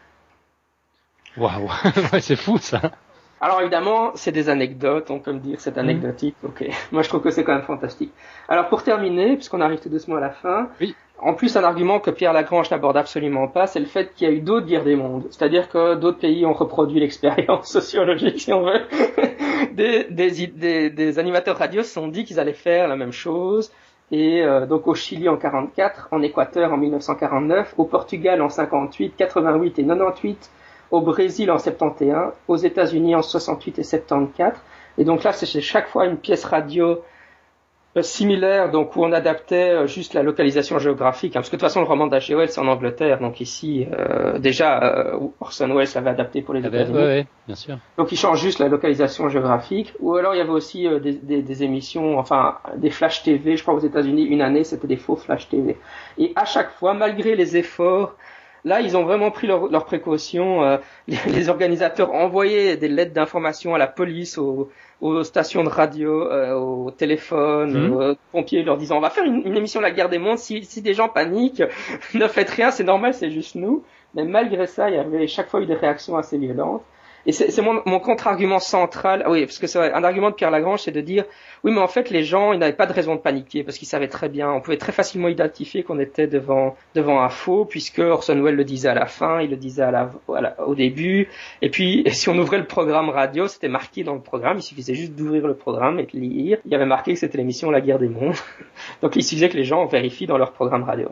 Speaker 2: Waouh, ouais, c'est fou ça.
Speaker 3: Alors évidemment, c'est des anecdotes, on peut me dire, c'est anecdotique, mmh. ok. Moi je trouve que c'est quand même fantastique. Alors pour terminer, puisqu'on arrive tout doucement à la fin,
Speaker 2: oui.
Speaker 3: En plus un argument que Pierre Lagrange n'aborde absolument pas, c'est le fait qu'il y a eu d'autres guerres des mondes. C'est-à-dire que d'autres pays ont reproduit l'expérience sociologique, si on veut. des, des, des, des animateurs radio se sont dit qu'ils allaient faire la même chose. Et euh, donc au Chili en quarante-quatre, en Équateur en mille neuf cent quarante-neuf, au Portugal en cinquante-huit, quatre-vingt-huit et quatre-vingt-dix-huit, au Brésil en soixante et un, aux États-Unis en soixante-huit et soixante-quatorze. Et donc là, c'est chaque fois une pièce radio euh, similaire, donc où on adaptait euh, juste la localisation géographique, hein, parce que de toute façon le roman d'H G Wells c'est en Angleterre, donc ici euh, déjà euh, Orson Welles l'avait adapté pour les
Speaker 2: Ah ben,
Speaker 3: États-Unis.
Speaker 2: ouais, ouais, bien sûr.
Speaker 3: Donc il change juste la localisation géographique. Ou alors il y avait aussi euh, des, des, des émissions, enfin des flash T V. Je crois aux États-Unis une année c'était des faux flash T V. Et à chaque fois, malgré les efforts, là ils ont vraiment pris leurs leur précautions. Euh, les, les organisateurs envoyaient des lettres d'information à la police, aux, aux stations de radio, euh, au téléphone,
Speaker 2: Mmh.
Speaker 3: aux pompiers, leur disant on va faire une, une émission La Guerre des Mondes. Si, si des gens paniquent, ne faites rien, c'est normal, c'est juste nous. Mais malgré ça, il y avait chaque fois eu des réactions assez violentes. Et c'est, c'est mon, mon contre-argument central. Ah oui, parce que c'est vrai, un argument de Pierre Lagrange, c'est de dire, oui, mais en fait, les gens, ils n'avaient pas de raison de paniquer, parce qu'ils savaient très bien, on pouvait très facilement identifier qu'on était devant, devant un faux, puisque Orson Welles le disait à la fin, il le disait à la, à la, au début. Et puis, et si on ouvrait le programme radio, c'était marqué dans le programme, il suffisait juste d'ouvrir le programme et de lire. Il y avait marqué que c'était l'émission La Guerre des Mondes. Donc, il suffisait que les gens vérifient dans leur programme radio.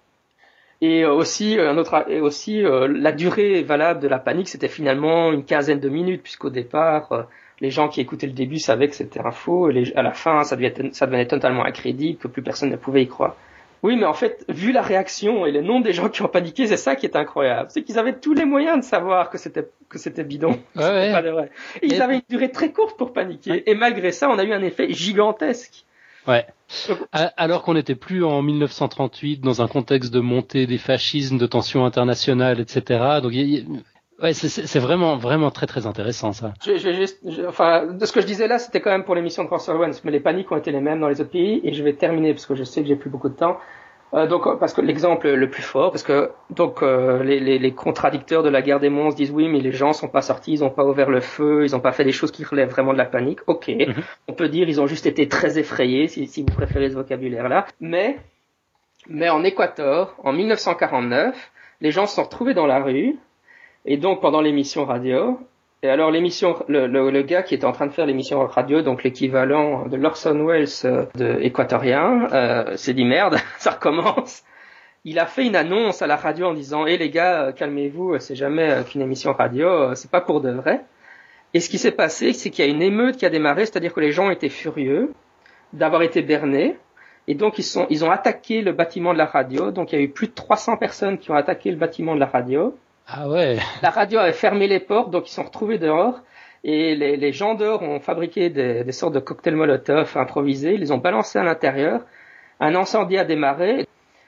Speaker 3: Et aussi, un autre, et aussi euh, la durée valable de la panique, c'était finalement une quinzaine de minutes, puisqu'au départ, euh, les gens qui écoutaient le début savaient que c'était un faux, et les, à la fin, ça devenait, ça devenait totalement incrédible, que plus personne ne pouvait y croire. Oui, mais en fait, vu la réaction et le nombre des gens qui ont paniqué, c'est ça qui est incroyable. C'est qu'ils avaient tous les moyens de savoir que c'était, que c'était bidon.
Speaker 2: Ouais,
Speaker 3: c'était
Speaker 2: ouais.
Speaker 3: pas de vrai. Et ils
Speaker 2: Et-
Speaker 3: avaient une durée très courte pour paniquer. Ouais. Et malgré ça, on a eu un effet gigantesque.
Speaker 2: Ouais. Alors qu'on n'était plus en mille neuf cent trente-huit dans un contexte de montée des fascismes, de tensions internationales, et cetera. Donc, il y a- ouais, c'est, c'est vraiment, vraiment très, très intéressant, ça.
Speaker 3: Je, je vais juste, je, enfin, de ce que je disais là, c'était quand même pour l'émission de Orson Welles, mais les paniques ont été les mêmes dans les autres pays, et je vais terminer parce que je sais que j'ai plus beaucoup de temps. Euh, donc, parce que l'exemple le plus fort, parce que donc euh, les, les, les contradicteurs de la guerre des monstres disent oui, mais les gens sont pas sortis, ils ont pas ouvert le feu, ils ont pas fait des choses qui relèvent vraiment de la panique. Ok, mm-hmm. On peut dire ils ont juste été très effrayés, si, si vous préférez ce vocabulaire-là. Mais, mais en Équateur, en mille neuf cent quarante-neuf, les gens se sont retrouvés dans la rue, et donc pendant l'émission radio. Et alors l'émission, le, le, le gars qui était en train de faire l'émission radio, donc l'équivalent de l'Orson Welles de équatorien, euh, s'est dit merde, ça recommence. Il a fait une annonce à la radio en disant "Eh hey, les gars, calmez-vous, c'est jamais qu'une émission radio, c'est pas pour de vrai." Et ce qui s'est passé, c'est qu'il y a une émeute qui a démarré, c'est-à-dire que les gens étaient furieux d'avoir été bernés, et donc ils sont, ils ont attaqué le bâtiment de la radio. Donc il y a eu plus de trois cents personnes qui ont attaqué le bâtiment de la radio.
Speaker 2: Ah ouais.
Speaker 3: La radio avait fermé les portes, donc ils sont retrouvés dehors. Et les, les gens dehors ont fabriqué des, des sortes de cocktails Molotov improvisés. Ils les ont balancés à l'intérieur. Un incendie a démarré.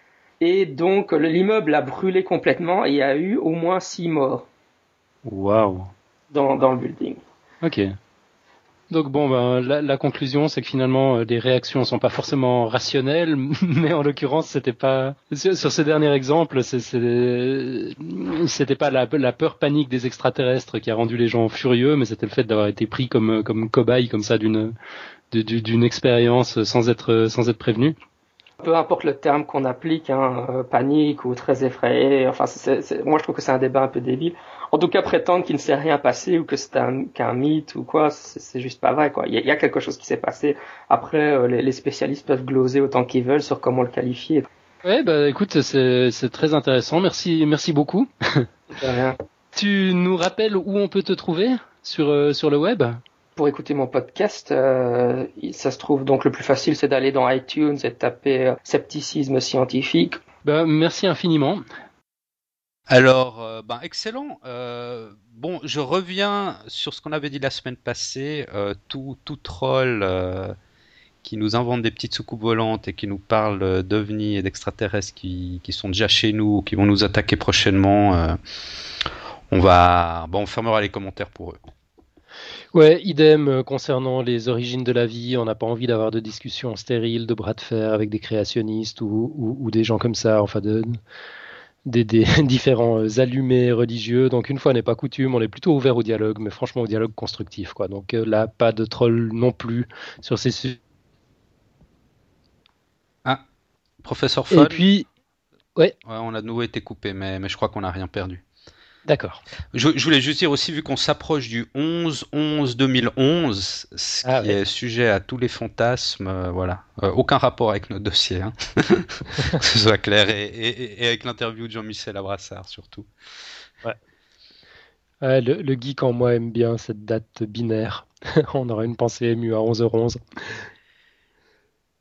Speaker 3: Et donc l'immeuble a brûlé complètement. Et il y a eu au moins six morts.
Speaker 2: Waouh.
Speaker 3: Dans, dans le building.
Speaker 2: Ok. Donc bon, ben, la, la conclusion, c'est que finalement, les réactions sont pas forcément rationnelles, mais en l'occurrence, c'était pas sur, sur ce dernier exemple, c'est, c'est, c'était pas la, la peur panique des extraterrestres qui a rendu les gens furieux, mais c'était le fait d'avoir été pris comme comme cobaye comme ça d'une d'une expérience sans être sans être prévenu.
Speaker 3: Peu importe le terme qu'on applique, hein, euh, panique ou très effrayé, enfin, c'est, c'est, moi je trouve que c'est un débat un peu débile. En tout cas, prétendre qu'il ne s'est rien passé ou que c'est un, qu'un mythe ou quoi, c'est, c'est juste pas vrai, quoi. Il y a, il y a quelque chose qui s'est passé. Après, euh, les, les spécialistes peuvent gloser autant qu'ils veulent sur comment le qualifier.
Speaker 2: Ouais, bah écoute, c'est, c'est très intéressant. Merci, merci beaucoup.
Speaker 3: De rien.
Speaker 2: Tu nous rappelles où on peut te trouver sur euh, sur le web?
Speaker 3: Pour écouter mon podcast, euh, ça se trouve donc le plus facile, c'est d'aller dans iTunes et de taper euh, scepticisme scientifique.
Speaker 2: Ben, merci infiniment.
Speaker 1: Alors, euh, ben, excellent. Euh, bon, je reviens sur ce qu'on avait dit la semaine passée. Euh, tout, tout troll euh, qui nous invente des petites soucoupes volantes et qui nous parle d'ovnis et d'extraterrestres qui, qui sont déjà chez nous, qui vont nous attaquer prochainement, euh, on va, ben, on fermera les commentaires pour eux.
Speaker 2: Ouais, idem concernant les origines de la vie. On n'a pas envie d'avoir de discussions stériles, de bras de fer avec des créationnistes ou, ou, ou des gens comme ça, enfin de, des, des différents allumés religieux. Donc une fois n'est pas coutume, on est plutôt ouvert au dialogue, mais franchement au dialogue constructif, quoi. Donc là, pas de troll non plus sur ces sujets.
Speaker 1: Ah, professeur Foll.
Speaker 2: Et puis, ouais.
Speaker 1: Ouais, on a de nouveau été coupé, mais, mais je crois qu'on n'a rien perdu.
Speaker 2: D'accord.
Speaker 1: Je, je voulais juste dire aussi, vu qu'on s'approche du onze onze deux mille onze, ce
Speaker 2: ah,
Speaker 1: qui
Speaker 2: ouais.
Speaker 1: est sujet à tous les fantasmes, euh, voilà, euh, aucun rapport avec notre dossier, hein. Que ce soit clair, et, et, et avec l'interview de Jean-Michel Abrassard surtout.
Speaker 2: Ouais. Ouais, le, le geek en moi aime bien cette date binaire. On aura une pensée émue à onze heures onze.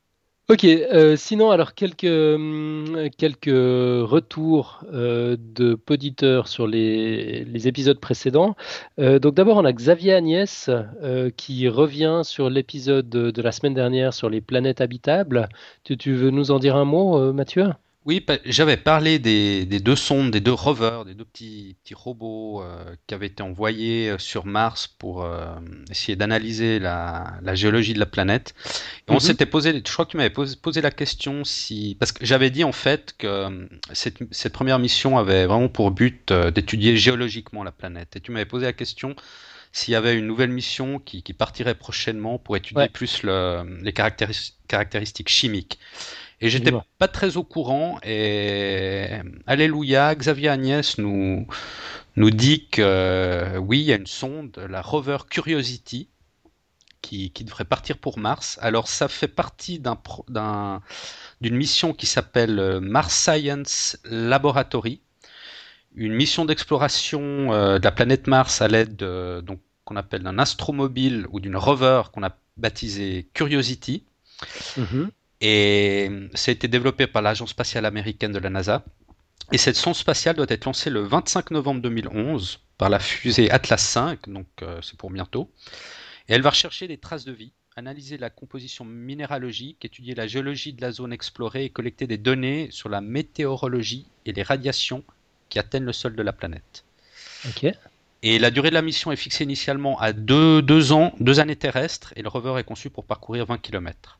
Speaker 2: Ok, euh, sinon, alors quelques, hum, quelques retours euh, de poditeurs sur les, les épisodes précédents. Euh, donc d'abord, on a Xavier Agnès euh, qui revient sur l'épisode de, de la semaine dernière sur les planètes habitables. Tu, tu veux nous en dire un mot, euh, Mathieu?
Speaker 1: Oui, pa- j'avais parlé des, des deux sondes, des deux rovers, des deux petits, petits robots euh, qui avaient été envoyés euh, sur Mars pour euh, essayer d'analyser la, la géologie de la planète. Et on
Speaker 2: Mhm.
Speaker 1: s'était posé, je crois que tu m'avais posé, posé la question si, parce que j'avais dit en fait que euh, cette, cette première mission avait vraiment pour but euh, d'étudier géologiquement la planète. Et tu m'avais posé la question s'il y avait une nouvelle mission qui, qui partirait prochainement pour étudier
Speaker 2: Ouais,
Speaker 1: plus le, les caractéris- caractéristiques chimiques. Et j'étais
Speaker 2: absolument.
Speaker 1: pas très au courant et alléluia, Xavier Agnès nous, nous dit que euh, oui, il y a une sonde, la rover Curiosity, qui, qui devrait partir pour Mars. Alors ça fait partie d'un, pro- d'un, d'une mission qui s'appelle euh, Mars Science Laboratory, une mission d'exploration euh, de la planète Mars à l'aide de, donc, qu'on appelle d'un astromobile ou d'une rover qu'on a baptisé Curiosity.
Speaker 2: Mhm.
Speaker 1: Et ça a été développé par l'agence spatiale américaine de la NASA. Et cette sonde spatiale doit être lancée le vingt-cinq novembre deux mille onze par la fusée Atlas cinq, donc euh, c'est pour bientôt. Et elle va rechercher des traces de vie, analyser la composition minéralogique, étudier la géologie de la zone explorée et collecter des données sur la météorologie et les radiations qui atteignent le sol de la planète.
Speaker 2: Ok,
Speaker 1: Et la durée de la mission est fixée initialement à deux, deux ans, deux années terrestres, et le rover est conçu pour parcourir vingt kilomètres.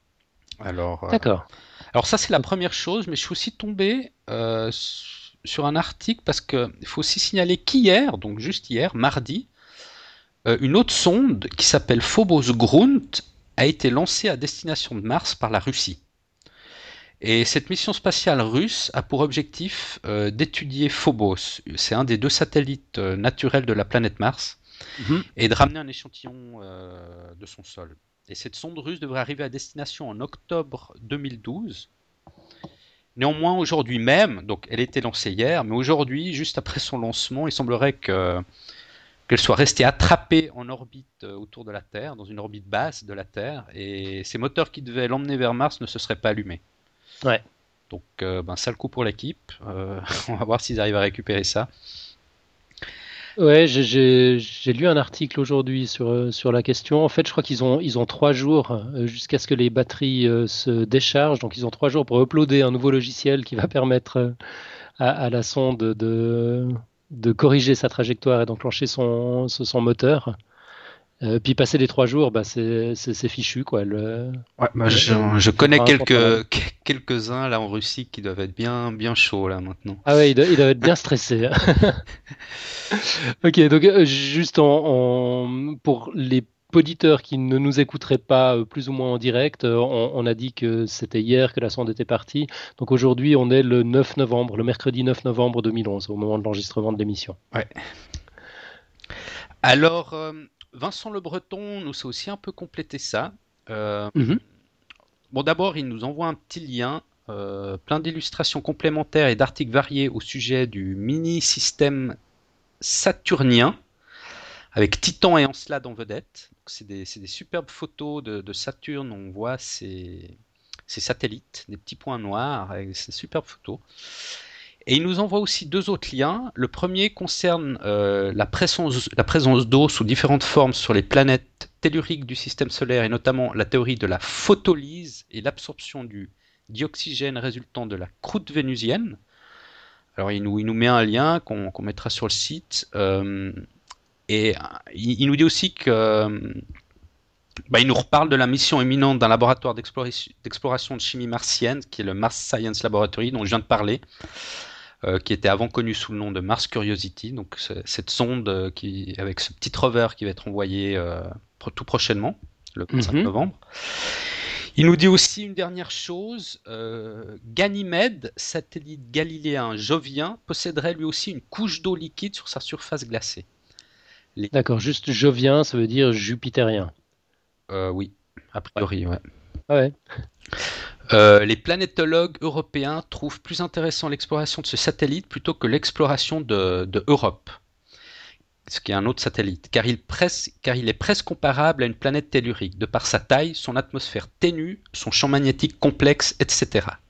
Speaker 1: Alors, euh,
Speaker 2: d'accord.
Speaker 1: alors ça c'est la première chose, mais je suis aussi tombé euh, sur un article parce que il faut aussi signaler qu'hier, donc juste hier, mardi, euh, une autre sonde qui s'appelle Phobos Grunt a été lancée à destination de Mars par la Russie. Et cette mission spatiale russe a pour objectif euh, d'étudier Phobos, c'est un des deux satellites euh, naturels de la planète Mars,
Speaker 2: Mhm.
Speaker 1: et de ramener un échantillon euh, de son sol. Et cette sonde russe devrait arriver à destination en octobre deux mille douze. Néanmoins, aujourd'hui même, donc elle a été lancée hier, mais aujourd'hui, juste après son lancement, il semblerait que, qu'elle soit restée attrapée en orbite autour de la Terre, dans une orbite basse de la Terre, et ses moteurs qui devaient l'emmener vers Mars ne se seraient pas allumés.
Speaker 2: Ouais.
Speaker 1: Donc, euh, ben, sale coup pour l'équipe. Euh, on va voir s'ils arrivent à récupérer ça.
Speaker 2: Ouais, j'ai j'ai- j'ai lu un article aujourd'hui sur, euh, sur la question. En fait, je crois qu'ils ont, ils ont trois jours euh, jusqu'à ce que les batteries euh, se déchargent. Donc, ils ont trois jours pour uploader un nouveau logiciel qui va permettre euh, à, à la sonde de, de corriger sa trajectoire et d'enclencher son, son son moteur. Euh, puis, passer les trois jours, bah, c'est c'est- c'est fichu, quoi. Elle, euh,
Speaker 1: Ouais, bah,
Speaker 2: elle-
Speaker 1: je,
Speaker 2: elle
Speaker 1: je connais
Speaker 2: fera un son travail.
Speaker 1: quelques, quelques-uns là en Russie qui doivent être bien, bien chauds là maintenant.
Speaker 2: Ah ouais, ils doivent, ils doivent être bien stressés. Ok, donc euh, juste en, en- pour les auditeurs qui ne nous écouteraient pas euh, plus ou moins en direct, euh, on, on a dit que c'était hier que la sonde était partie. Donc aujourd'hui, on est le neuf novembre, le mercredi neuf novembre deux mille onze, au moment de l'enregistrement de l'émission.
Speaker 1: Ouais. Alors, euh, Vincent Le Breton nous a aussi un peu complété ça. Euh,
Speaker 2: Mhm.
Speaker 1: bon, d'abord, il nous envoie un petit lien, euh, plein d'illustrations complémentaires et d'articles variés au sujet du mini-système saturnien, avec Titan et Encelade en vedette. C'est des, c'est des superbes photos de, de Saturne, on voit ces, ces satellites, des petits points noirs, avec ces superbes photos. Et il nous envoie aussi deux autres liens. Le premier concerne euh, la présence, la présence d'eau sous différentes formes sur les planètes telluriques du système solaire, et notamment la théorie de la photolyse et l'absorption du dioxygène résultant de la croûte vénusienne. Alors il nous, il nous met un lien qu'on qu'on mettra sur le site. Euh, et il, il nous dit aussi que euh, bah, il nous reparle de la mission imminente d'un laboratoire d'exploration, d'exploration de chimie martienne, qui est le Mars Science Laboratory, dont je viens de parler. Euh, qui était avant connu sous le nom de Mars Curiosity, donc cette sonde euh, qui, avec ce petit rover qui va être envoyé euh, tout prochainement, le vingt-cinq
Speaker 2: Mhm.
Speaker 1: novembre. Il nous dit aussi une dernière chose, euh, Ganymède, satellite galiléen jovien, posséderait lui aussi une couche d'eau liquide sur sa surface glacée. Les...
Speaker 2: D'accord, juste jovien, ça veut dire jupitérien.
Speaker 1: Euh, oui, a priori, ouais.
Speaker 2: Ah ouais.
Speaker 1: Euh, les planétologues européens trouvent plus intéressant l'exploration de ce satellite plutôt que l'exploration de, de Europe. ce qui est un autre satellite, car il, presse, car il est presque comparable à une planète tellurique, de par sa taille, son atmosphère ténue, son champ magnétique complexe, et cetera.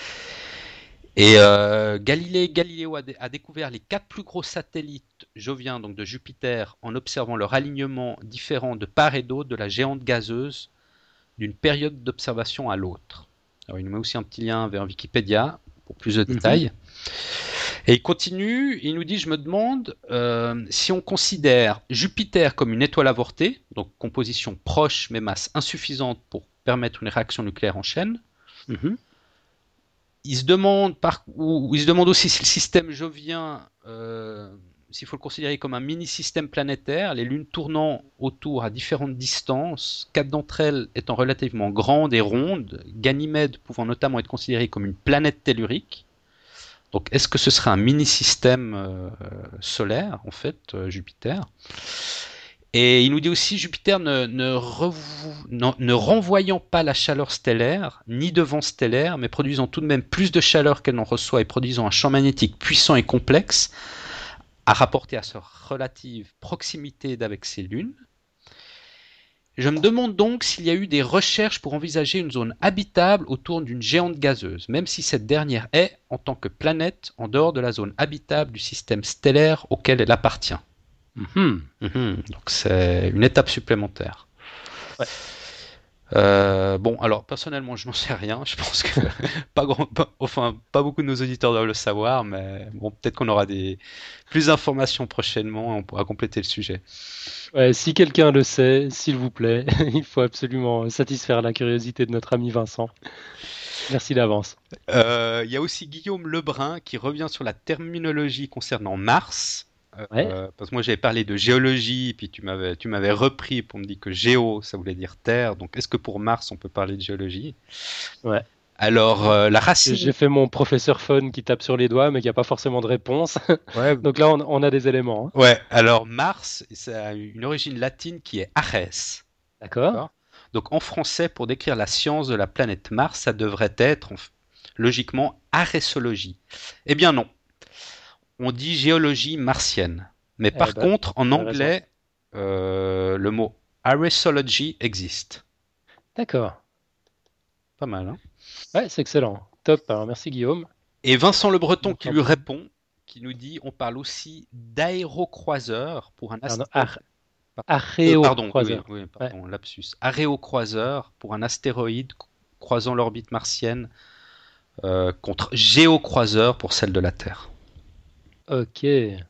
Speaker 1: Et euh, Galilée Galiléo a, dé- a découvert les quatre plus gros satellites joviens, donc de Jupiter, en observant leur alignement différent de part et d'autre de la géante gazeuse d'une période d'observation à l'autre. Alors il nous met aussi un petit lien vers Wikipédia pour plus de détails. Mm-hmm. Et il continue, il nous dit, je me demande euh, si on considère Jupiter comme une étoile avortée, donc composition proche mais masse insuffisante pour permettre une réaction nucléaire en chaîne. Mm-hmm. Il se demande par, ou, ou il se demande aussi si le système jovien, euh, s'il faut le considérer comme un mini-système planétaire, les lunes tournant autour à différentes distances, quatre d'entre elles étant relativement grandes et rondes, Ganymède pouvant notamment être considérée comme une planète tellurique. Donc, est-ce que ce serait un mini-système euh, solaire, en fait, euh, Jupiter ? Et il nous dit aussi Jupiter ne, ne, revou... non, ne renvoyant pas la chaleur stellaire, ni de vent stellaire, mais produisant tout de même plus de chaleur qu'elle n'en reçoit et produisant un champ magnétique puissant et complexe, à rapporter à sa relative proximité d'avec ses lunes. Je me demande donc s'il y a eu des recherches pour envisager une zone habitable autour d'une géante gazeuse, même si cette dernière est, en tant que planète, en dehors de la zone habitable du système stellaire auquel elle appartient. Mmh. Mmh. Donc c'est une étape supplémentaire. Ouais. Euh, bon, alors personnellement, je n'en sais rien. Je pense que pas grand, pas, enfin pas beaucoup de nos auditeurs doivent le savoir, mais bon, peut-être qu'on aura des plus d'informations prochainement et on pourra compléter le sujet.
Speaker 2: Ouais, si quelqu'un le sait, s'il vous plaît, il faut absolument satisfaire la curiosité de notre ami Vincent. Merci d'avance.
Speaker 1: Il euh, y a aussi Guillaume Lebrun qui revient sur la terminologie concernant Mars. Ouais. Euh, parce que moi j'avais parlé de géologie, puis tu m'avais, tu m'avais repris pour me dire que géo ça voulait dire terre, donc est-ce que pour Mars on peut parler de géologie ?
Speaker 2: Ouais.
Speaker 1: Alors euh, la racine.
Speaker 2: J'ai fait mon professeur fun qui tape sur les doigts mais qui n'a pas forcément de réponse. Ouais. Donc là on, on a des éléments. Hein.
Speaker 1: Ouais, alors Mars, ça a une origine latine qui est Arès.
Speaker 2: D'accord. D'accord.
Speaker 1: Donc en français, pour décrire la science de la planète Mars, ça devrait être logiquement arésologie. Eh bien non. On dit géologie martienne. Mais par eh ben, contre, en anglais, euh, le mot arésology existe.
Speaker 2: D'accord.
Speaker 1: Pas mal, hein ?
Speaker 2: Ouais, c'est excellent. Top. Alors, merci Guillaume.
Speaker 1: Et Vincent Le Breton qui lui répond, qui nous dit, on parle aussi d'aérocroiseur pour un astéroïde.
Speaker 2: Aréocroiseur.
Speaker 1: Euh, pardon, oui, oui, pardon, ouais. lapsus. Aréocroiseur pour un astéroïde croisant l'orbite martienne euh, contre géocroiseur pour celle de la Terre.
Speaker 2: Ok.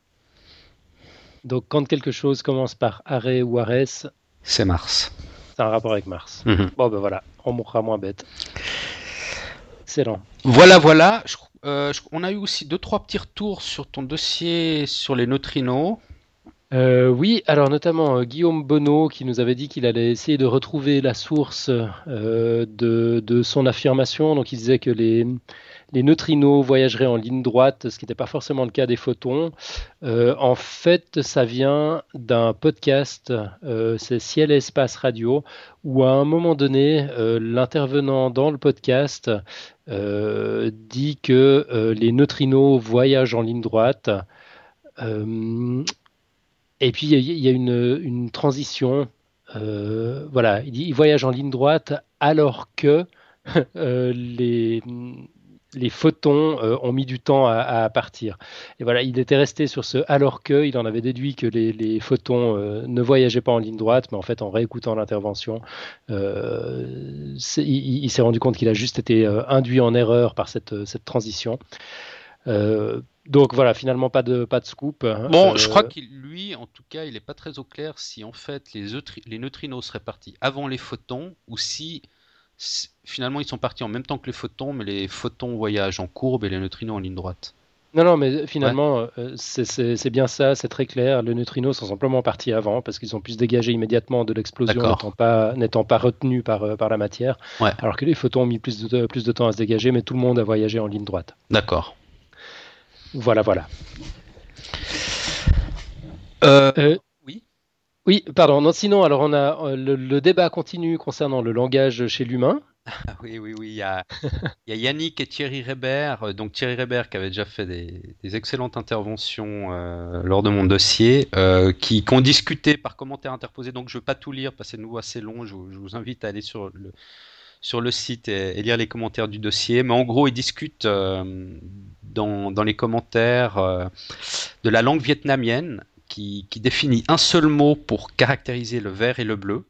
Speaker 2: Donc, quand quelque chose commence par Arès ou Arès,
Speaker 1: c'est Mars.
Speaker 2: C'est un rapport avec Mars. Mm-hmm. Bon, ben voilà, on mourra moins bête. Excellent.
Speaker 1: Voilà, voilà. Je, euh, je, on a eu aussi deux, trois petits retours sur ton dossier sur les neutrinos.
Speaker 2: Euh, oui, alors notamment euh, Guillaume Bonneau qui nous avait dit qu'il allait essayer de retrouver la source euh, de, de son affirmation. Donc, il disait que les. Les neutrinos voyageraient en ligne droite, ce qui n'était pas forcément le cas des photons. Euh, en fait, ça vient d'un podcast, euh, c'est Ciel et Espace Radio, où à un moment donné, euh, l'intervenant dans le podcast euh, dit que euh, les neutrinos voyagent en ligne droite. Euh, et puis, il y, y a une, une transition. Euh, voilà, il dit ils voyagent en ligne droite alors que euh, les... les photons euh, ont mis du temps à, à partir. Et voilà, il était resté sur ce alors que, il en avait déduit que les, les photons euh, ne voyageaient pas en ligne droite, mais en fait, en réécoutant l'intervention, euh, il, il s'est rendu compte qu'il a juste été euh, induit en erreur par cette, cette transition. Euh, donc voilà, finalement, pas de, pas de scoop.
Speaker 1: Bon, euh, je crois qu'il, lui, en tout cas, il n'est pas très au clair si en fait les, eutri- les neutrinos seraient partis avant les photons ou si finalement ils sont partis en même temps que les photons, mais les photons voyagent en courbe et les neutrinos en ligne droite.
Speaker 2: Non, non, mais finalement, ouais. euh, c'est, c'est, c'est bien ça, c'est très clair. Les neutrinos sont simplement partis avant parce qu'ils ont pu se dégager immédiatement de l'explosion n'étant pas, n'étant pas retenus par, euh, par la matière, ouais. Alors que les photons ont mis plus de, plus de temps à se dégager, mais tout le monde a voyagé en ligne droite.
Speaker 1: D'accord.
Speaker 2: Voilà, voilà.
Speaker 1: Euh...
Speaker 2: Euh... Oui, pardon. Non, sinon, alors on a le, le débat continue concernant le langage chez l'humain.
Speaker 1: Ah oui, oui, oui. Il y a, il y a Yannick et Thierry Rébert. euh, Donc Thierry Rébert qui avait déjà fait des, des excellentes interventions euh, lors de mon dossier, euh, qui, qui ont discuté par commentaires interposés. Donc je ne veux pas tout lire parce que c'est de nouveau assez long. Je, vous je vous invite à aller sur le, sur le site et, et lire les commentaires du dossier. Mais en gros, ils discutent euh, dans, dans les commentaires euh, de la langue vietnamienne qui, qui définit un seul mot pour caractériser le vert et le bleu.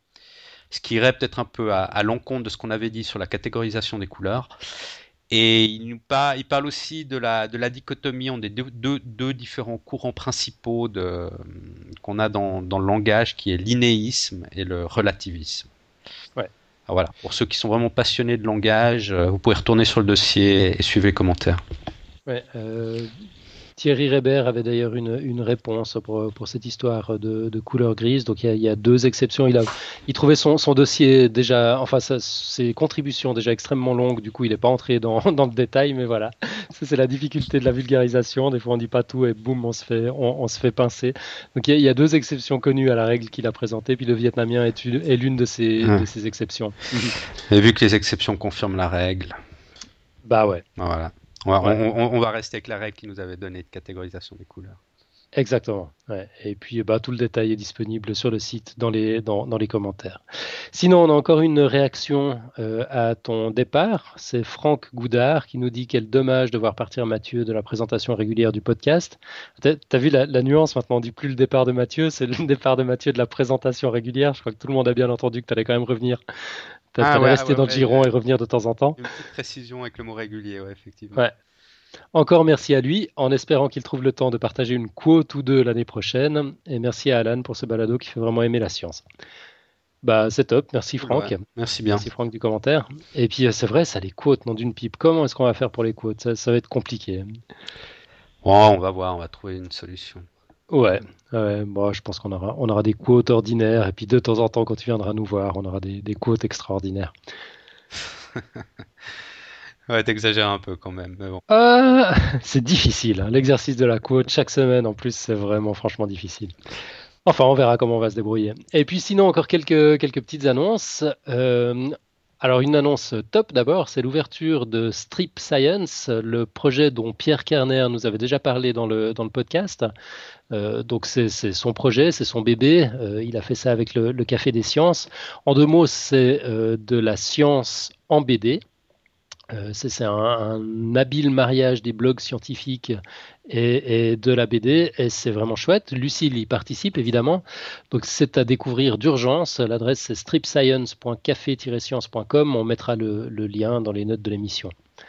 Speaker 1: Ce qui irait peut-être un peu à, à l'encontre de ce qu'on avait dit sur la catégorisation des couleurs. Et il, nous par, il parle aussi de la, de la dichotomie entre deux, deux, deux différents courants principaux de, qu'on a dans, dans le langage, qui est l'innéisme et le relativisme.
Speaker 2: Ouais.
Speaker 1: Alors voilà, pour ceux qui sont vraiment passionnés de langage, vous pouvez retourner sur le dossier et suivre les commentaires.
Speaker 2: Ouais, euh, Thierry Rébert avait d'ailleurs une, une réponse pour, pour cette histoire de, de couleur grise. Donc il y a, il y a deux exceptions. Il, a, il trouvait son, son dossier déjà, enfin sa, ses contributions déjà extrêmement longues. Du coup, il n'est pas entré dans, dans le détail, mais voilà. Ça, c'est la difficulté de la vulgarisation. Des fois, on ne dit pas tout et boum, on se fait, on, on se fait pincer. Donc il y, a, il y a deux exceptions connues à la règle qu'il a présentée. Puis le vietnamien est, une, est l'une de ces,
Speaker 1: Mmh.
Speaker 2: de ces exceptions.
Speaker 1: Et vu que les exceptions confirment la règle.
Speaker 2: Bah ouais.
Speaker 1: Voilà. On va,
Speaker 2: Ouais.
Speaker 1: on, on va rester avec la règle qui nous avait donné de catégorisation des couleurs.
Speaker 2: Exactement. Ouais. Et puis, bah, tout le détail est disponible sur le site dans les, dans, dans les commentaires. Sinon, on a encore une réaction euh, à ton départ. C'est Franck Goudard qui nous dit quel dommage de voir partir Mathieu de la présentation régulière du podcast. T'as, t'as vu la, la nuance maintenant, on dit plus le départ de Mathieu, c'est le départ de Mathieu de la présentation régulière. Je crois que tout le monde a bien entendu que tu allais quand même revenir. Tu
Speaker 1: Ah
Speaker 2: allais
Speaker 1: ouais,
Speaker 2: rester
Speaker 1: ouais,
Speaker 2: dans
Speaker 1: ouais,
Speaker 2: le giron
Speaker 1: ouais.
Speaker 2: et revenir de temps en temps.
Speaker 1: Une petite précision avec le mot régulier, ouais, effectivement.
Speaker 2: Ouais. Encore merci à lui, en espérant qu'il trouve le temps de partager une quote ou deux l'année prochaine. Et merci à Alan pour ce balado qui fait vraiment aimer la science. Bah, c'est top, merci
Speaker 1: Cool,
Speaker 2: Franck.
Speaker 1: ouais. Merci bien.
Speaker 2: Merci Franck du commentaire. Et puis euh, c'est vrai, ça les quotes, nom d'une pipe. Comment est-ce qu'on va faire pour les quotes? ça, ça va être compliqué.
Speaker 1: Oh, on va voir, on va trouver une solution.
Speaker 2: Ouais, ouais bon, je pense qu'on aura, on aura des quotes ordinaires. Et puis de temps en temps, quand tu viendras nous voir, on aura des, des quotes extraordinaires.
Speaker 1: Ouais, t'exagères un peu quand même, mais bon.
Speaker 2: Euh, c'est difficile, hein. L'exercice de la quote chaque semaine, en plus, c'est vraiment franchement difficile. Enfin, on verra comment on va se débrouiller. Et puis sinon, encore quelques, quelques petites annonces. Euh, alors, une annonce top d'abord, c'est l'ouverture de Strip Science, le projet dont Pierre Kerner nous avait déjà parlé dans le, dans le podcast. Euh, donc, c'est, c'est son projet, c'est son bébé. Euh, il a fait ça avec le, le Café des Sciences. En deux mots, c'est euh, de la science en B D. Euh, c'est, c'est un, un habile mariage des blogs scientifiques et, et de la B D, et c'est vraiment chouette. Lucille y participe évidemment, donc c'est à découvrir d'urgence. L'adresse c'est strip science point café tiret science point com. On mettra le, le lien dans les notes de l'émission.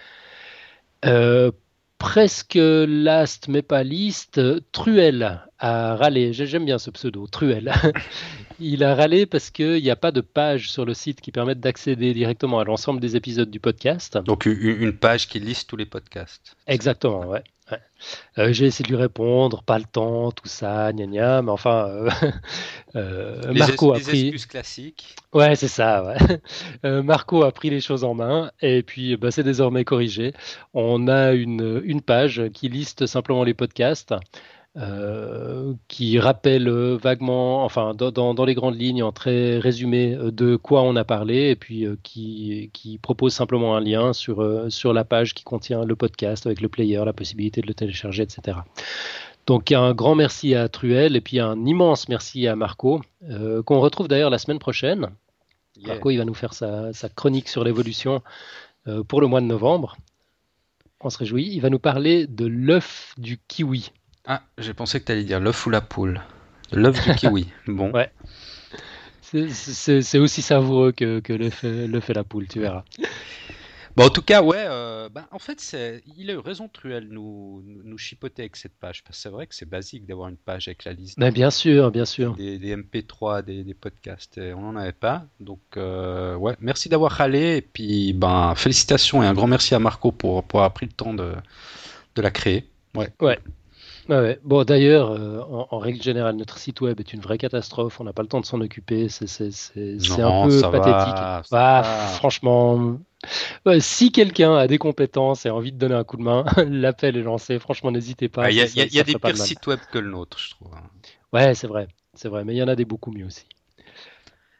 Speaker 2: Euh, presque last mais pas least, Truel a râlé. J'aime bien ce pseudo, Truel. Il a râlé parce qu'il n'y a pas de page sur le site qui permette d'accéder directement à l'ensemble des épisodes du podcast.
Speaker 1: Donc une, une page qui liste tous les podcasts.
Speaker 2: Exactement, ouais. ouais. Euh, j'ai essayé de lui répondre, pas le temps, tout ça, gna gna, mais enfin, euh, euh,
Speaker 1: Les,
Speaker 2: Marco
Speaker 1: es-
Speaker 2: a
Speaker 1: les
Speaker 2: pris.
Speaker 1: excuses classiques.
Speaker 2: Ouais, c'est ça. Ouais. Euh, Marco a pris les choses en main et puis bah, c'est désormais corrigé. On a une, une page qui liste simplement les podcasts. Euh, qui rappelle euh, vaguement, enfin dans, dans, dans les grandes lignes, en très résumé, euh, de quoi on a parlé, et puis euh, qui, qui propose simplement un lien sur, euh, sur la page qui contient le podcast avec le player, la possibilité de le télécharger, et cetera. Donc un grand merci à Truel et puis un immense merci à Marco, euh, qu'on retrouve d'ailleurs la semaine prochaine.
Speaker 1: Yeah.
Speaker 2: Marco, il va nous faire sa, sa chronique sur l'évolution euh, pour le mois de novembre. On se réjouit. Il va nous parler de l'œuf du kiwi.
Speaker 1: Ah, j'ai pensé que tu allais dire l'œuf ou la poule. L'œuf du kiwi. Bon.
Speaker 2: Ouais. C'est, c'est, c'est aussi savoureux que, que l'œuf, l'œuf et la poule, tu verras.
Speaker 1: Bon, en tout cas, ouais, euh, ben, en fait, c'est, il a eu raison, Truel, nous, nous, nous chipoter avec cette page. Parce que c'est vrai que c'est basique d'avoir une page avec la liste
Speaker 2: Mais bien sûr, bien sûr.
Speaker 1: des, des M P trois, des, des podcasts. Et on n'en avait pas. Donc, euh, ouais, merci d'avoir râlé. Et puis, ben, félicitations et un grand merci à Marco pour, pour avoir pris le temps de, de la créer. Ouais.
Speaker 2: Ouais. Ah ouais. Bon, d'ailleurs, euh, en, en règle générale, notre site web est une vraie catastrophe. On n'a pas le temps de s'en occuper. C'est, c'est, c'est, c'est
Speaker 1: Non,
Speaker 2: un peu
Speaker 1: ça
Speaker 2: pathétique.
Speaker 1: va, ça
Speaker 2: Ah,
Speaker 1: va.
Speaker 2: franchement, ouais, si quelqu'un a des compétences et a envie de donner un coup de main, l'appel est lancé. Franchement, n'hésitez pas.
Speaker 1: Ah, Il y a,
Speaker 2: ça-
Speaker 1: il y a-
Speaker 2: ça-
Speaker 1: il y a
Speaker 2: ça
Speaker 1: des
Speaker 2: ferait pas
Speaker 1: pires
Speaker 2: de mal.
Speaker 1: sites web que le nôtre, je trouve.
Speaker 2: Ouais, c'est vrai. C'est vrai. Mais il y en a des beaucoup mieux aussi.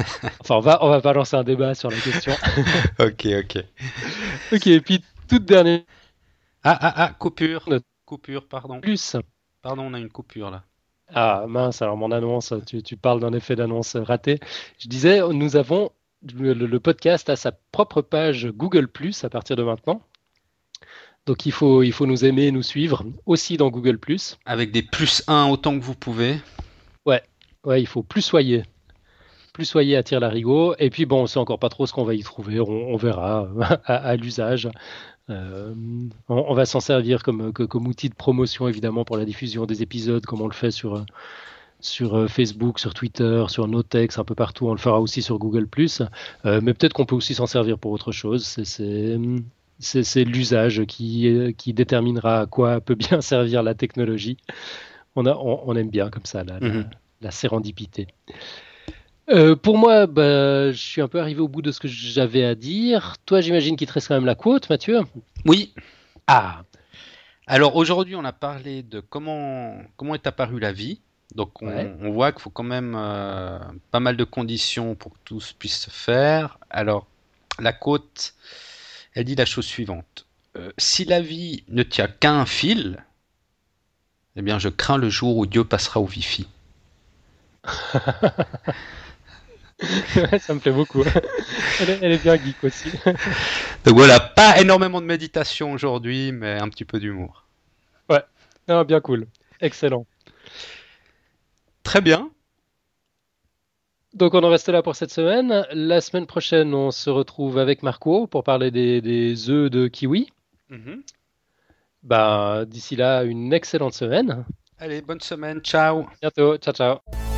Speaker 2: Enfin, on va, on va pas lancer un débat sur la question.
Speaker 1: Ok, ok.
Speaker 2: Ok, et puis toute dernière
Speaker 1: Ah, ah, ah, coupure.
Speaker 2: Notre-
Speaker 1: Coupure, pardon.
Speaker 2: plus.
Speaker 1: Pardon, on a une coupure là.
Speaker 2: Ah mince, alors mon annonce, tu, tu parles d'un effet d'annonce raté. Je disais, nous avons le, le podcast a sa propre page Google Plus à partir de maintenant. Donc il faut, il faut nous aimer, nous suivre aussi dans Google Plus.
Speaker 1: Avec des plus un autant que vous pouvez.
Speaker 2: Ouais, ouais, il faut plus soyer. Plus soyer attire l'arigot. Et puis bon, on sait encore pas trop ce qu'on va y trouver. On, on verra à, à l'usage. Euh, on, on va s'en servir comme, que- comme outil de promotion évidemment pour la diffusion des épisodes, comme on le fait sur, euh, sur euh, Facebook, sur Twitter, sur Notex, un peu partout. On le fera aussi sur Google Plus. Euh, mais peut-être qu'on peut aussi s'en servir pour autre chose. C'est, c'est, c'est, c'est l'usage qui, euh, qui déterminera à quoi peut bien servir la technologie. On, a, on, on aime bien comme ça la, la,
Speaker 1: Mhm.
Speaker 2: la sérendipité. Euh, pour moi, bah, je suis un peu arrivé au bout de ce que j'avais à dire. Toi, j'imagine qu'il te reste quand même la quote, Mathieu.
Speaker 1: Oui.
Speaker 2: Ah,
Speaker 1: Alors aujourd'hui, on a parlé de comment, comment est apparue la vie. Donc on,
Speaker 2: Ouais.
Speaker 1: on voit qu'il faut quand même euh, pas mal de conditions pour que tout se puisse se faire. Alors la côte, elle dit la chose suivante. Euh, si la vie ne tient qu'à un fil, eh bien je crains le jour où Dieu passera au Wi-Fi.
Speaker 2: ça me plaît beaucoup. Elle est, elle est bien geek aussi.
Speaker 1: Donc voilà, pas énormément de méditation aujourd'hui, mais un petit peu d'humour.
Speaker 2: Ah, bien cool. Excellent.
Speaker 1: Très bien.
Speaker 2: Donc, on en reste là pour cette semaine. La semaine prochaine, on se retrouve avec Marco pour parler des, des œufs de kiwi.
Speaker 1: Mhm.
Speaker 2: Bah, d'ici là, une excellente semaine.
Speaker 1: Allez, bonne semaine, ciao.
Speaker 2: Bientôt. Ciao, ciao.